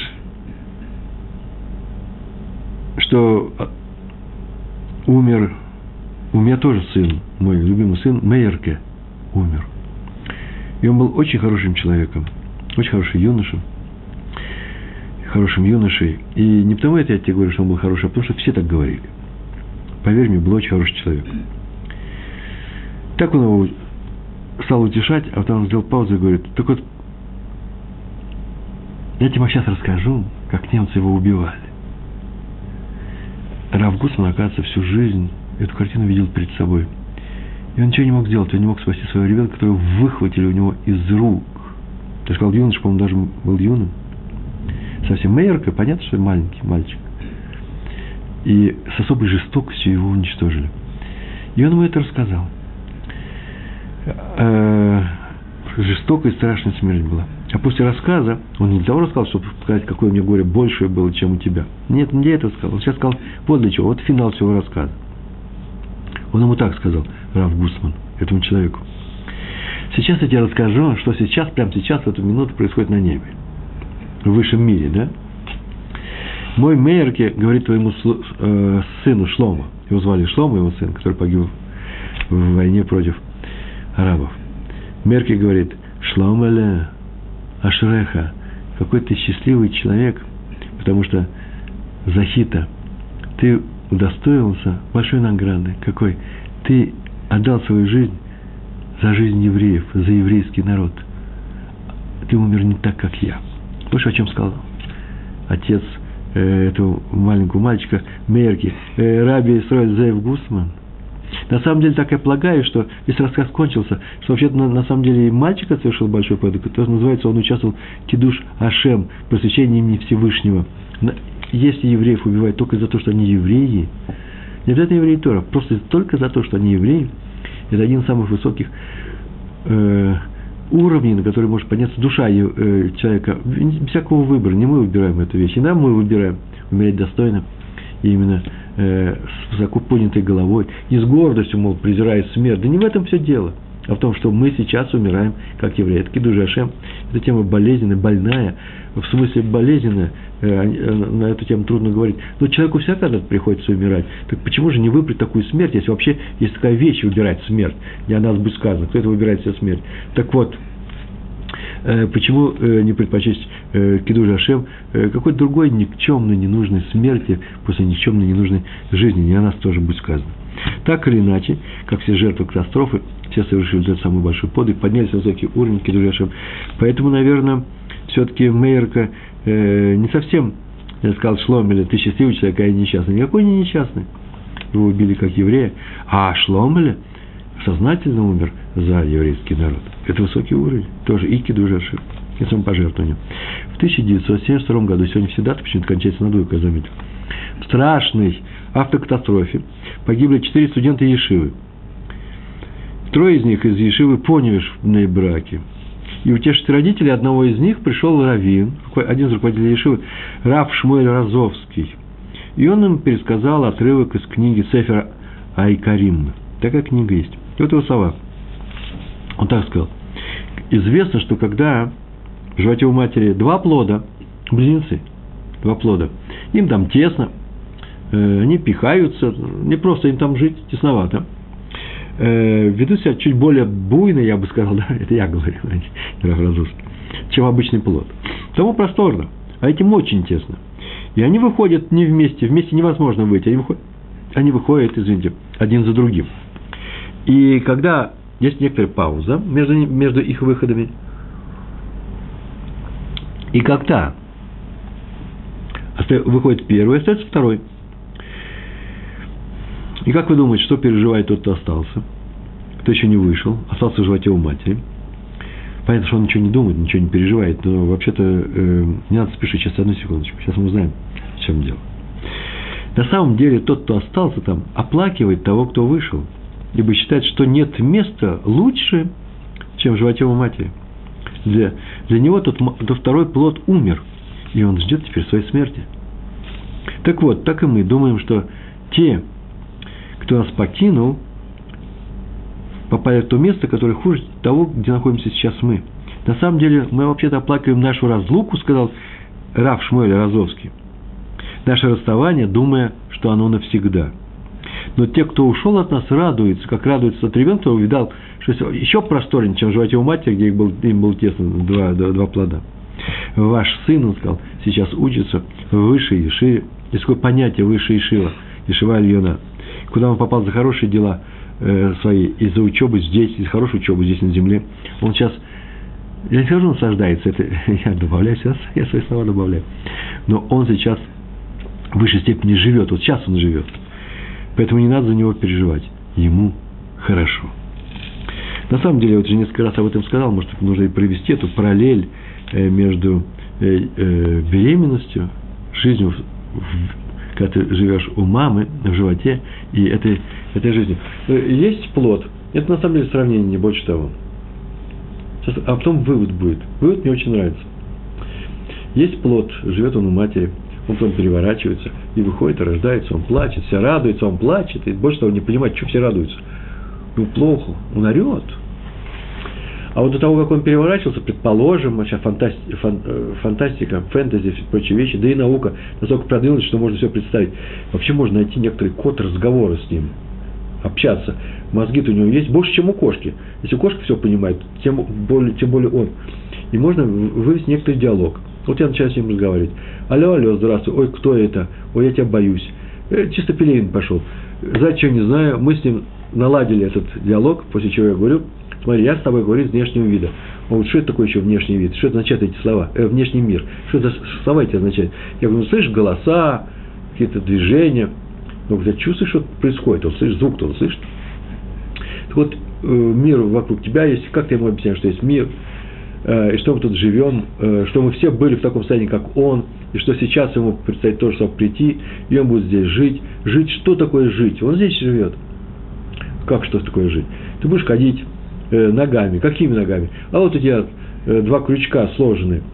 что умер, у меня тоже сын, мой любимый сын, Мейерке, умер. И он был очень хорошим человеком, очень хороший юноша, хорошим юношей. И не потому это я тебе говорю, что он был хороший, а потому что все так говорили. Поверь мне, был очень хороший человек. Так он его стал утешать, а потом он сделал паузу и говорит: так вот, я тебе сейчас расскажу, как немцы его убивали. Рав Густман, оказывается, всю жизнь эту картину видел перед собой. И он ничего не мог сделать, он не мог спасти своего ребенка, которого выхватили у него из рук. Ты сказал, юноша, по-моему, даже был юным. Совсем Мейерка, понятно, что маленький мальчик. И с особой жестокостью его уничтожили. И он ему это рассказал. Жестокая и страшная смерть была. А после рассказа, он не для того рассказал, чтобы сказать, какое у меня горе большее было, чем у тебя. Нет, не для этого сказал. Он сейчас сказал, вот для чего, вот финал всего рассказа. Он ему так сказал, рав Густман, этому человеку: сейчас я тебе расскажу, что сейчас, прямо сейчас, в эту минуту происходит на небе. В высшем мире, да? Мой Мейерке говорит твоему э, сыну Шломо, его звали Шломо, его сын, который погиб в войне против арабов. Мейерке говорит: Шломеле, Ашреха, какой ты счастливый человек, потому что Захита, ты удостоился большой награды. Какой? Ты отдал свою жизнь за жизнь евреев, за еврейский народ. Ты умер не так, как я. Слышишь, о чем сказал отец э, этого маленького мальчика Мейерки, э, раби Исроэль Зеев Густман? На самом деле, так я полагаю, что весь рассказ кончился, что вообще-то на, на самом деле и мальчик совершил большой подвиг. Это называется, он участвовал в Кидуш Ашем, просвещении имени Всевышнего. Если евреев убивают только за то, что они евреи, не обязательно евреи Тора, просто только за то, что они евреи, это один из самых высоких э, уровней, на который может подняться душа э, человека, без всякого выбора. Не мы выбираем эту вещь, и нам мы выбираем умереть достойно, и именно э, с высоко поднятой головой, не с гордостью, мол, презирая смерть. Да не в этом все дело, а в том, что мы сейчас умираем как евреи. Это Кидуш Ашем, эта тема болезненная, больная, в смысле болезненная, э, на эту тему трудно говорить. Но человеку всегда когда-то приходится умирать. Так почему же не выбрать такую смерть, если вообще есть такая вещь — выбирать смерть? Не о нас будет сказано, кто это выбирает себе смерть. Так вот, э, почему э, не предпочесть э, Кидуш Ашем э, какой-то другой никчемной, ненужной смерти после никчемной, ненужной жизни? Не о нас тоже будет сказано. Так или иначе, как все жертвы катастрофы, все совершили этот самый большой подвиг, поднялись на высокий уровень Кидуш Ашем. Поэтому, наверное, все-таки Мейерка э, не совсем, я сказал, Шломеле, ты счастливый человек, а я несчастный. Никакой не несчастный. Его убили как еврея. А Шломеле, сознательно умер за еврейский народ. Это высокий уровень. Тоже и кидуш-ашир, и самопожертвование. В тысяча девятьсот семьдесят втором году, сегодня все даты почему-то кончаются на двойку, я заметил, в страшной автокатастрофе погибли четыре студента Ешивы. Трое из них из Ешивы поневешенные браки. И утешить родителей одного из них пришел раввин, один из руководителей Ешивы, Рав Шмуэль Разовский. И он им пересказал отрывок из книги Сефер Айкарим. Такая книга есть. И вот его слова. Он так сказал. Известно, что когда в животе у матери два плода, близнецы, два плода, им там тесно, они пихаются, не просто им там жить, тесновато, ведут себя чуть более буйно, я бы сказал, да, это я говорю, чем обычный плод. Тому просторно, а этим очень тесно. И они выходят не вместе, вместе невозможно выйти, они выходят, они выходят, извините, один за другим. И когда есть некоторая пауза между, между их выходами, и когда выходит первый, остается второй. И как вы думаете, что переживает тот, кто остался, кто еще не вышел, остался в животе у матери? Понятно, что он ничего не думает, ничего не переживает, но вообще-то э, не надо спешить. Сейчас, одну секундочку, сейчас мы узнаем, в чем дело. На самом деле, тот, кто остался там, оплакивает того, кто вышел, ибо считает, что нет места лучше, чем в животе у матери. Для, для него тот, тот второй плод умер, и он ждет теперь своей смерти. Так вот, так и мы думаем, что те, кто нас покинул, попали в то место, которое хуже того, где находимся сейчас мы. На самом деле, мы вообще-то оплакиваем нашу разлуку, сказал Рав Шмуэль Разовский. Наше расставание, думая, что оно навсегда. Но те, кто ушел от нас, радуются, как радуется тот ребенок, кто увидал, что еще просторнее, чем в животе у матери, где их был, им было тесно два, два, два плода. Ваш сын, он сказал, сейчас учится в высшей ешиве. Есть такое понятие высшая ешива, ешива Альона. Куда он попал за хорошие дела э, свои, и за учебу здесь, и за хорошую учебу здесь на земле. Он сейчас, я не скажу, наслаждается, это я добавляю сейчас, я свои слова добавляю. Но он сейчас в высшей степени живет, вот сейчас он живет. Поэтому не надо за него переживать. Ему хорошо. На самом деле, я вот уже несколько раз об этом сказал, может, нужно и провести эту параллель э, между э, э, беременностью, жизнью, в, когда ты живешь у мамы в животе, и этой, этой жизнью. Есть плод. Это на самом деле сравнение, не больше того. Сейчас, а потом вывод будет. Вывод мне очень нравится. Есть плод, живет он у матери, он потом переворачивается и выходит, и рождается, он плачет, все радуется, он плачет, и больше того не понимает, что все радуются. Ну, плохо, он орет. А вот до того, как он переворачивался, предположим, сейчас фантастика, фантастика, фэнтези, прочие вещи, да и наука настолько продвинулась, что можно все представить. Вообще можно найти некоторый код разговора с ним, общаться. Мозги-то у него есть больше, чем у кошки. Если кошка все понимает, тем более, тем более он. И можно вывести некоторый диалог. Вот я начинаю с ним разговаривать. Алло, алло, здравствуй. Ой, кто это? Ой, я тебя боюсь. Э, чисто Пелевин пошел. За что не знаю. Мы с ним наладили этот диалог, после чего я говорю, смотри, я с тобой говорю с внешнего вида. Он говорит, что это такое еще внешний вид? Что это означает эти слова? Э, внешний мир. Что это слова эти означают? Я говорю, ну, слышишь голоса, какие-то движения. Он говорит, я чувствую, что происходит. Он слышит, звук-то он слышит. Так вот, э, мир вокруг тебя есть. Как ты ему объясняешь, что есть мир? И что мы тут живем, что мы все были в таком состоянии, как он, и что сейчас ему предстоит тоже, чтобы прийти, и он будет здесь жить. Жить, что такое жить? Он здесь живет. Как что такое жить? Ты будешь ходить ногами. Какими ногами? А вот у тебя два крючка сложены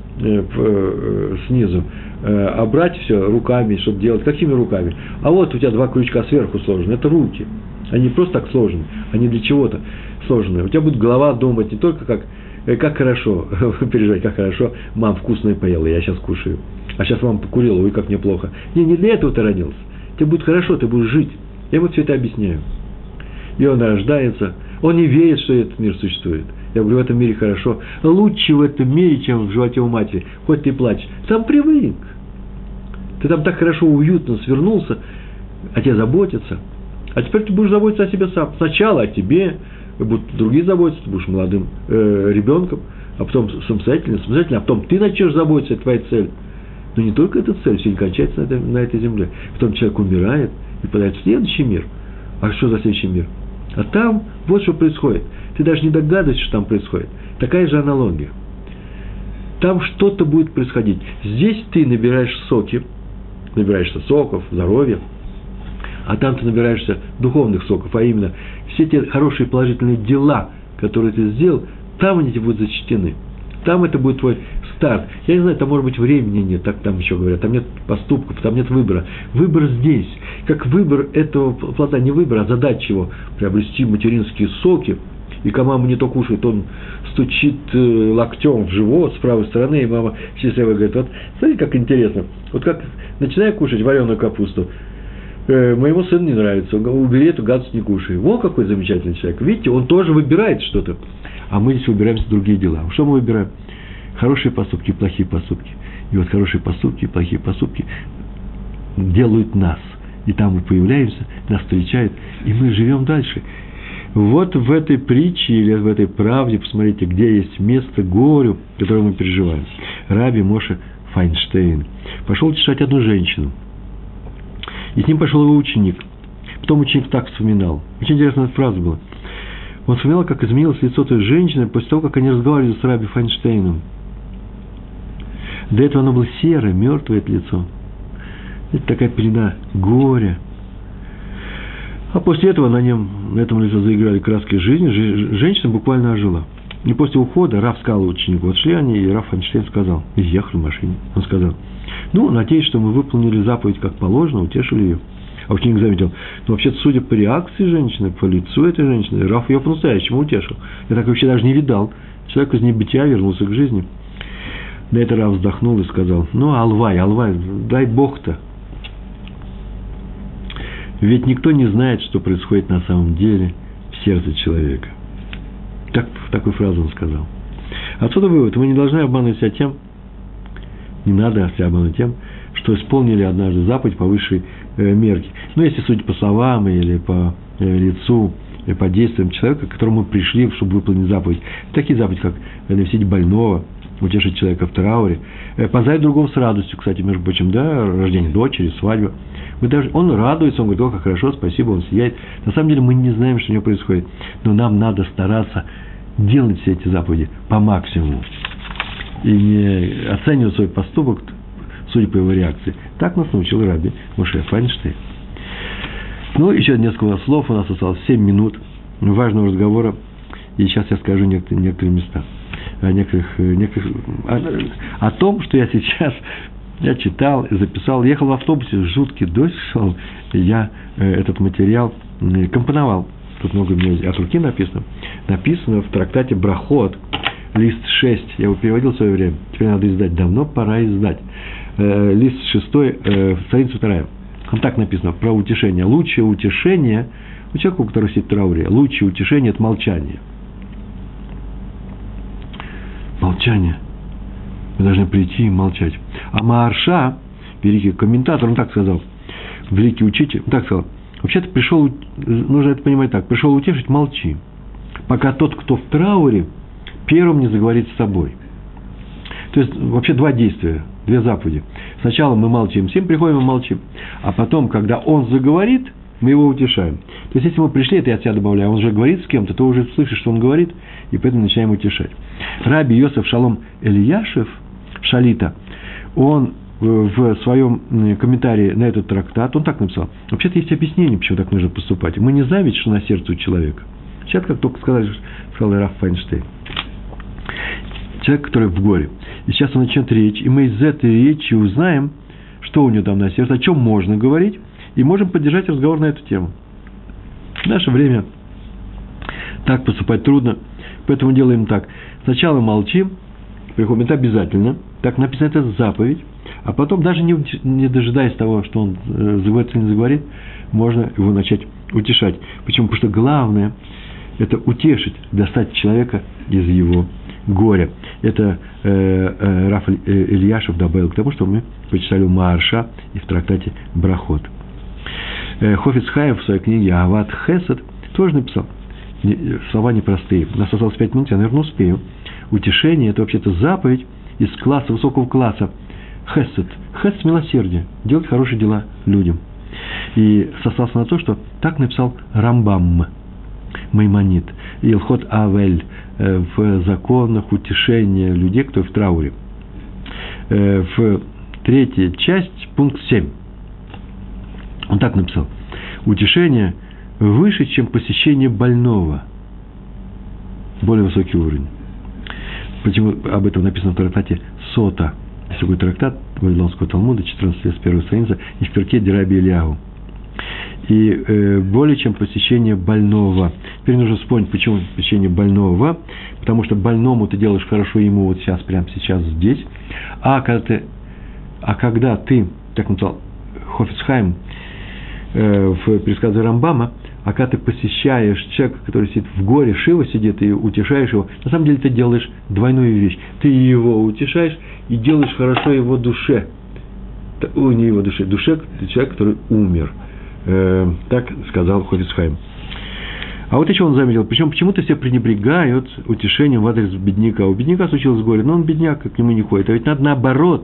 снизу, а брать все руками, чтобы делать. Какими руками? А вот у тебя два крючка сверху сложены. Это руки. Они не просто так сложены, они для чего-то сложены. У тебя будет голова думать не только как как хорошо, переживать, как хорошо, мам вкусное поела, я сейчас кушаю. А сейчас мама покурила, ой, как неплохо. Не, не для этого ты родился. Тебе будет хорошо, ты будешь жить. Я ему все это объясняю. И он рождается, он не верит, что этот мир существует. Я говорю, в этом мире хорошо. Лучше в этом мире, чем в животе у матери. Хоть ты плачешь. Сам привык. Ты там так хорошо, уютно свернулся, о тебе заботятся. А теперь ты будешь заботиться о себе сам. Сначала о тебе, будут другие заботиться, ты будешь молодым э, ребенком, а потом самостоятельно, самостоятельно, а потом ты начнешь заботиться, это твоя цель. Но не только эта цель, все не кончается на этой, на этой земле. Потом человек умирает и попадает в следующий мир. А что за следующий мир? А там вот что происходит. Ты даже не догадываешься, что там происходит. Такая же аналогия. Там что-то будет происходить. Здесь ты набираешь соки, набираешься соков, здоровья, а там ты набираешься духовных соков, а именно все те хорошие положительные дела, которые ты сделал, там они тебе будут зачтены. Там это будет твой старт. Я не знаю, там, может быть, времени нет, так там еще говорят, там нет поступков, там нет выбора. Выбор здесь. Как выбор этого плода, не выбор, а задача его приобрести материнские соки. И когда мама не то кушает, он стучит локтем в живот с правой стороны, и мама счастливая говорит: вот смотри, как интересно. Вот как начинаю кушать вареную капусту, э, моему сыну не нравится, он говорит: убери эту гадость, не кушай. Во, какой замечательный человек. Видите, он тоже выбирает что-то. А мы здесь выбираем другие дела. Что мы выбираем? Хорошие поступки и плохие поступки. И вот хорошие поступки и плохие поступки делают нас. И там мы появляемся, нас встречают, и мы живем дальше. Вот в этой притче или в этой правде, посмотрите, где есть место горю, которое мы переживаем. Раби Моше Файнштейн пошел утешать одну женщину. И с ним пошел его ученик. Потом ученик так вспоминал. Очень интересная фраза была. Он вспоминал, как изменилось лицо той женщины после того, как они разговаривали с Раби Файнштейном. До этого оно было серое, мертвое это лицо. Это такая пелена горя. А после этого на нем, на этом лице заиграли краски жизни, женщина буквально ожила. И после ухода Рав сказал ученику: вот шли они, и Рав Файнштейн сказал, и ехали в машине. Он сказал: ну, надеюсь, что мы выполнили заповедь как положено, утешили ее. А ученик заметил: ну, вообще-то, судя по реакции женщины, по лицу этой женщины, Рав ее по-настоящему утешил. Я так вообще даже не видал. Человек из небытия вернулся к жизни. На это Рав вздохнул и сказал: ну, алвай, алвай, дай Бог-то. Ведь никто не знает, что происходит на самом деле в сердце человека. Так, такую фразу он сказал. Отсюда вывод: мы не должны обманывать себя тем, не надо себя обманывать тем, что исполнили однажды заповедь по высшей э, мерке. Ну, если судить по словам или по э, лицу, или по действиям человека, к которому мы пришли, чтобы выполнить заповедь. Такие заповеди, как навестить больного, утешить человека в трауре, э, поздравить другого с радостью, кстати, между прочим, да, рождение дочери, свадьба. Мы даже, он радуется, он говорит: о, как хорошо, спасибо, он сияет. На самом деле мы не знаем, что у него происходит. Но нам надо стараться делать все эти заповеди по максимуму. И не оценивать свой поступок, судя по его реакции. Так нас научил Раби Моше Файнштейн. Ну, еще несколько слов. У нас осталось семь минут важного разговора. И сейчас я скажу некоторые, некоторые места. О, некоторых, некоторых, о, о том, что я сейчас... Я читал и записал, ехал в автобусе, жуткий дождь шел, и я э, этот материал э, компоновал. Тут много у меня от руки написано. Написано в трактате Брахот, лист шесть. Я его переводил в свое время. Теперь надо издать. Давно пора издать. Э, лист шестой, э, страница вторая. Там так написано про утешение. Лучшее утешение у человека, у которого сидит в трауре, лучшее утешение – это молчание. Молчание. Мы должны прийти и молчать. А Маарша, великий комментатор, он так сказал, великий учитель, он так сказал: вообще-то пришел, нужно это понимать так, пришел утешить, молчи, пока тот, кто в трауре, первым не заговорит с собой. То есть, вообще два действия, две заповеди. Сначала мы молчим, всем приходим и молчим, а потом, когда он заговорит, мы его утешаем. То есть, если мы пришли, это я от себя добавляю, он уже говорит с кем-то, то уже слышишь, что он говорит, и поэтому начинаем утешать. Раби Йосеф Шалом Элияшев, Шалита, он в своем комментарии на этот трактат, он так написал: вообще-то есть объяснение, почему так нужно поступать. Мы не знаем ведь, что на сердце у человека. Сейчас, как только сказали, сказал Раф Файнштейн. Человек, который в горе. И сейчас он начнет речь, и мы из этой речи узнаем, что у него там на сердце, о чем можно говорить, и можем поддержать разговор на эту тему. В наше время так поступать трудно, поэтому делаем так. Сначала молчим, приходим, это обязательно. Так написано, это заповедь. А потом, даже не, не дожидаясь того, что он заговорит или не заговорит, можно его начать утешать. Почему? Потому что главное – это утешить, достать человека из его горя. Это э, э, Раф Ильяшев добавил к тому, что мы почитали у Маарша и в трактате Брахот. Э, Хофец Хаим в своей книге «Ават Хесед» тоже написал слова непростые. У нас осталось пять минут, я, наверное, успею. Утешение – это вообще-то заповедь из класса, высокого класса. Хесед. Хесед – милосердие. Делать хорошие дела людям. И сослался на то, что так написал Рамбам. Маймонид, Илхот Авель, в законах утешения людей, кто в трауре. В третья часть, пункт семь. Он так написал. Утешение выше, чем посещение больного. Более высокий уровень. Почему об этом написано в трактате Сота? Есть такой трактат Вавилонского Талмуда, четырнадцать лет с первой страницы, и в перке Раби Ильяху. И э, более чем посещение больного. Теперь нужно вспомнить, почему посещение больного. Потому что больному ты делаешь хорошо ему вот сейчас, прямо сейчас, здесь. А когда ты, а когда ты так написал Хофец Хаим э, в пересказе Рамбама, а когда ты посещаешь человека, который сидит в горе, Шива сидит, и утешаешь его, на самом деле ты делаешь двойную вещь. Ты его утешаешь и делаешь хорошо его душе. О, не его душе, душе человека, который умер. Э, так сказал Хофец Хаим. А вот еще он заметил, причем почему-то все пренебрегают утешением в адрес бедняка. У бедняка случилось горе, но он бедняк, к нему не ходит. А ведь надо наоборот,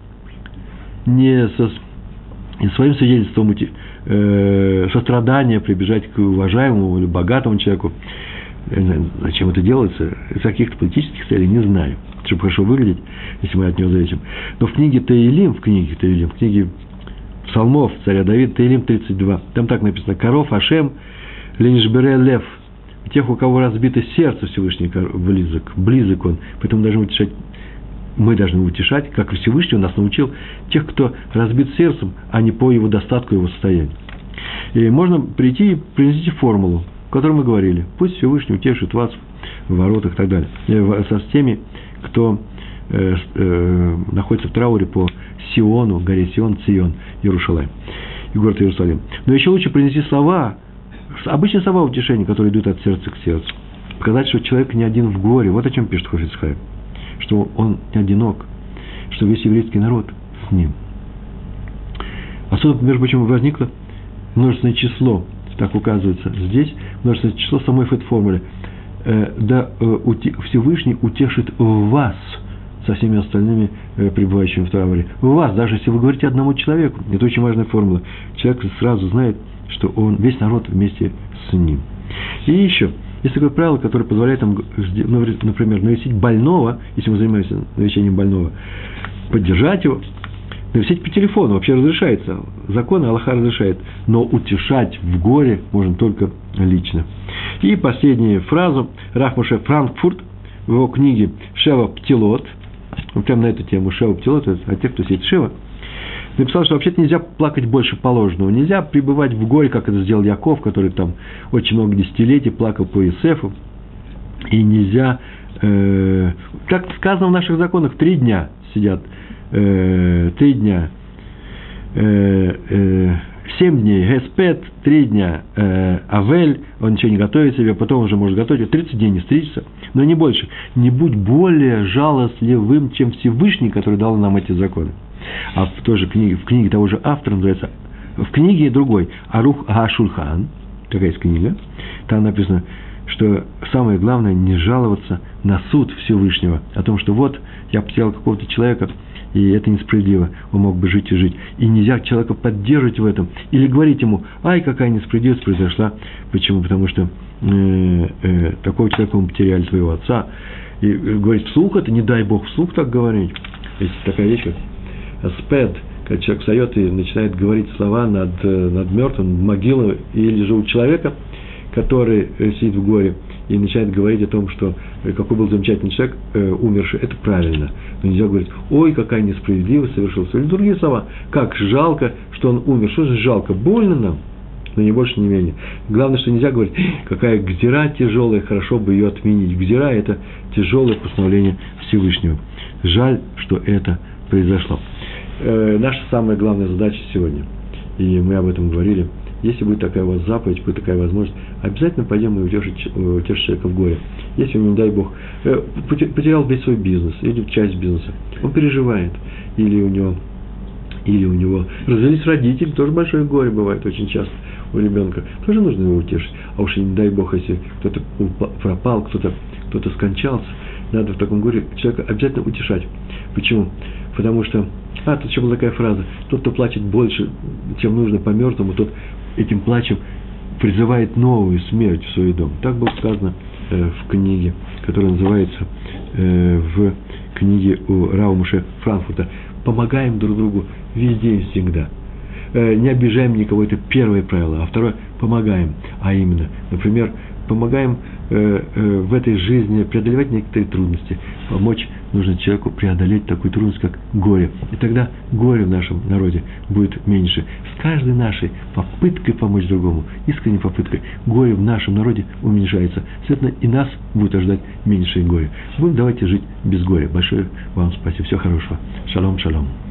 не со не своим свидетельством э, сострадания прибежать к уважаемому или богатому человеку. Я не знаю, зачем это делается, из каких-то политических целей, не знаю, чтобы хорошо выглядеть, если мы от него зависим. Но в книге Таилим, в книге Таилим, в книге Псалмов царя Давида, Таилим тридцать два, там так написано: «Коров Ашем ленишбере лев», тех, у кого разбито сердце, Всевышний близок, близок он, поэтому должны утешать, мы должны утешать, как Всевышний нас научил, тех, кто разбит сердцем, а не по его достатку, его состоянию. И можно прийти и принести формулу, о которой мы говорили. Пусть Всевышний утешит вас в воротах и так далее. Со теми, кто э, э, находится в трауре по Сиону, горе Сион, Цион, Иерушалаим, и город Иерусалим. Но еще лучше принести слова, обычные слова утешения, которые идут от сердца к сердцу. Показать, что человек не один в горе. Вот о чем пишет Хофец Хаим. Что он не одинок, что весь еврейский народ с ним. Особенно, между прочим, возникло множественное число, так указывается здесь, множественное число самой в этой формуле. Да Всевышний утешит вас со всеми остальными пребывающими в трауре. Вас, даже если вы говорите одному человеку, это очень важная формула. Человек сразу знает, что он, весь народ вместе с ним. И еще, есть такое правило, которое позволяет нам, например, навестить больного, если мы занимаемся навещением больного, поддержать его, навестить по телефону, вообще разрешается, закон Аллаха разрешает, но утешать в горе можно только лично. И последнюю фразу Рав Моше Франкфурт в его книге «Шева Птилот», прямо на эту тему «Шева Птилот», а те, кто сидит Шева, написал, что вообще-то нельзя плакать больше положенного, нельзя пребывать в горе, как это сделал Яков, который там очень много десятилетий плакал по Иосифу, и нельзя, э, как сказано в наших законах, три дня сидят, э, три дня, э, э, семь дней Геспет, три дня э, Авель, он ничего не готовит себе, потом уже может готовить, тридцать дней не стричься, но не больше. Не будь более жалостливым, чем Всевышний, который дал нам эти законы. А в той же книге, в книге того же автора называется, в книге другой, Арух ха-Шульхан, такая есть книга, там написано, что самое главное не жаловаться на суд Всевышнего, о том, что вот я потерял какого-то человека, и это несправедливо, он мог бы жить и жить. И нельзя человека поддерживать в этом, или говорить ему, ай, какая несправедливость произошла. Почему? Потому что э, э, такого человека мы потеряли, своего отца. И говорить вслух это, не дай Бог вслух так говорить. Есть такая вещь, как аспед, когда человек встает и начинает говорить слова над, над мертвым, могилой, или же у человека, который сидит в горе, и начинает говорить о том, что какой был замечательный человек, э, умерший, это правильно. Но нельзя говорить, ой, какая несправедливость совершилась. Или другие слова, как жалко, что он умер. Что же жалко? Больно нам, но не больше, не менее. Главное, что нельзя говорить, какая гзира тяжелая, хорошо бы ее отменить. Гзира – это тяжелое постановление Всевышнего. Жаль, что это произошло. Э, наша самая главная задача сегодня, и мы об этом говорили, если будет такая у вас заповедь, будет такая возможность, обязательно пойдем и утешить, утешить человека в горе. Если он, не дай Бог, потерял весь свой бизнес, или часть бизнеса, он переживает, или у него, или у него развелись родители, тоже большое горе бывает очень часто у ребенка, тоже нужно его утешить. А уж не дай Бог, если кто-то пропал, кто-то, кто-то скончался, надо в таком горе человека обязательно утешать. Почему? Потому что, а, тут еще была такая фраза, тот, кто плачет больше, чем нужно по мертвому, тот этим плачем призывает новую смерть в свой дом. Так было сказано в книге, которая называется в книге у Рава Моше Франкфурта. Помогаем друг другу везде и всегда. Не обижаем никого, это первое правило. А второе, помогаем. А именно, например, помогаем в этой жизни преодолевать некоторые трудности. Помочь нужно человеку преодолеть такую трудность, как горе. И тогда горе в нашем народе будет меньше. С каждой нашей попыткой помочь другому, искренней попыткой, горе в нашем народе уменьшается. Следовательно, и нас будет ожидать меньшее горе. Будем давайте жить без горя. Большое вам спасибо. Всего хорошего. Шалом, шалом.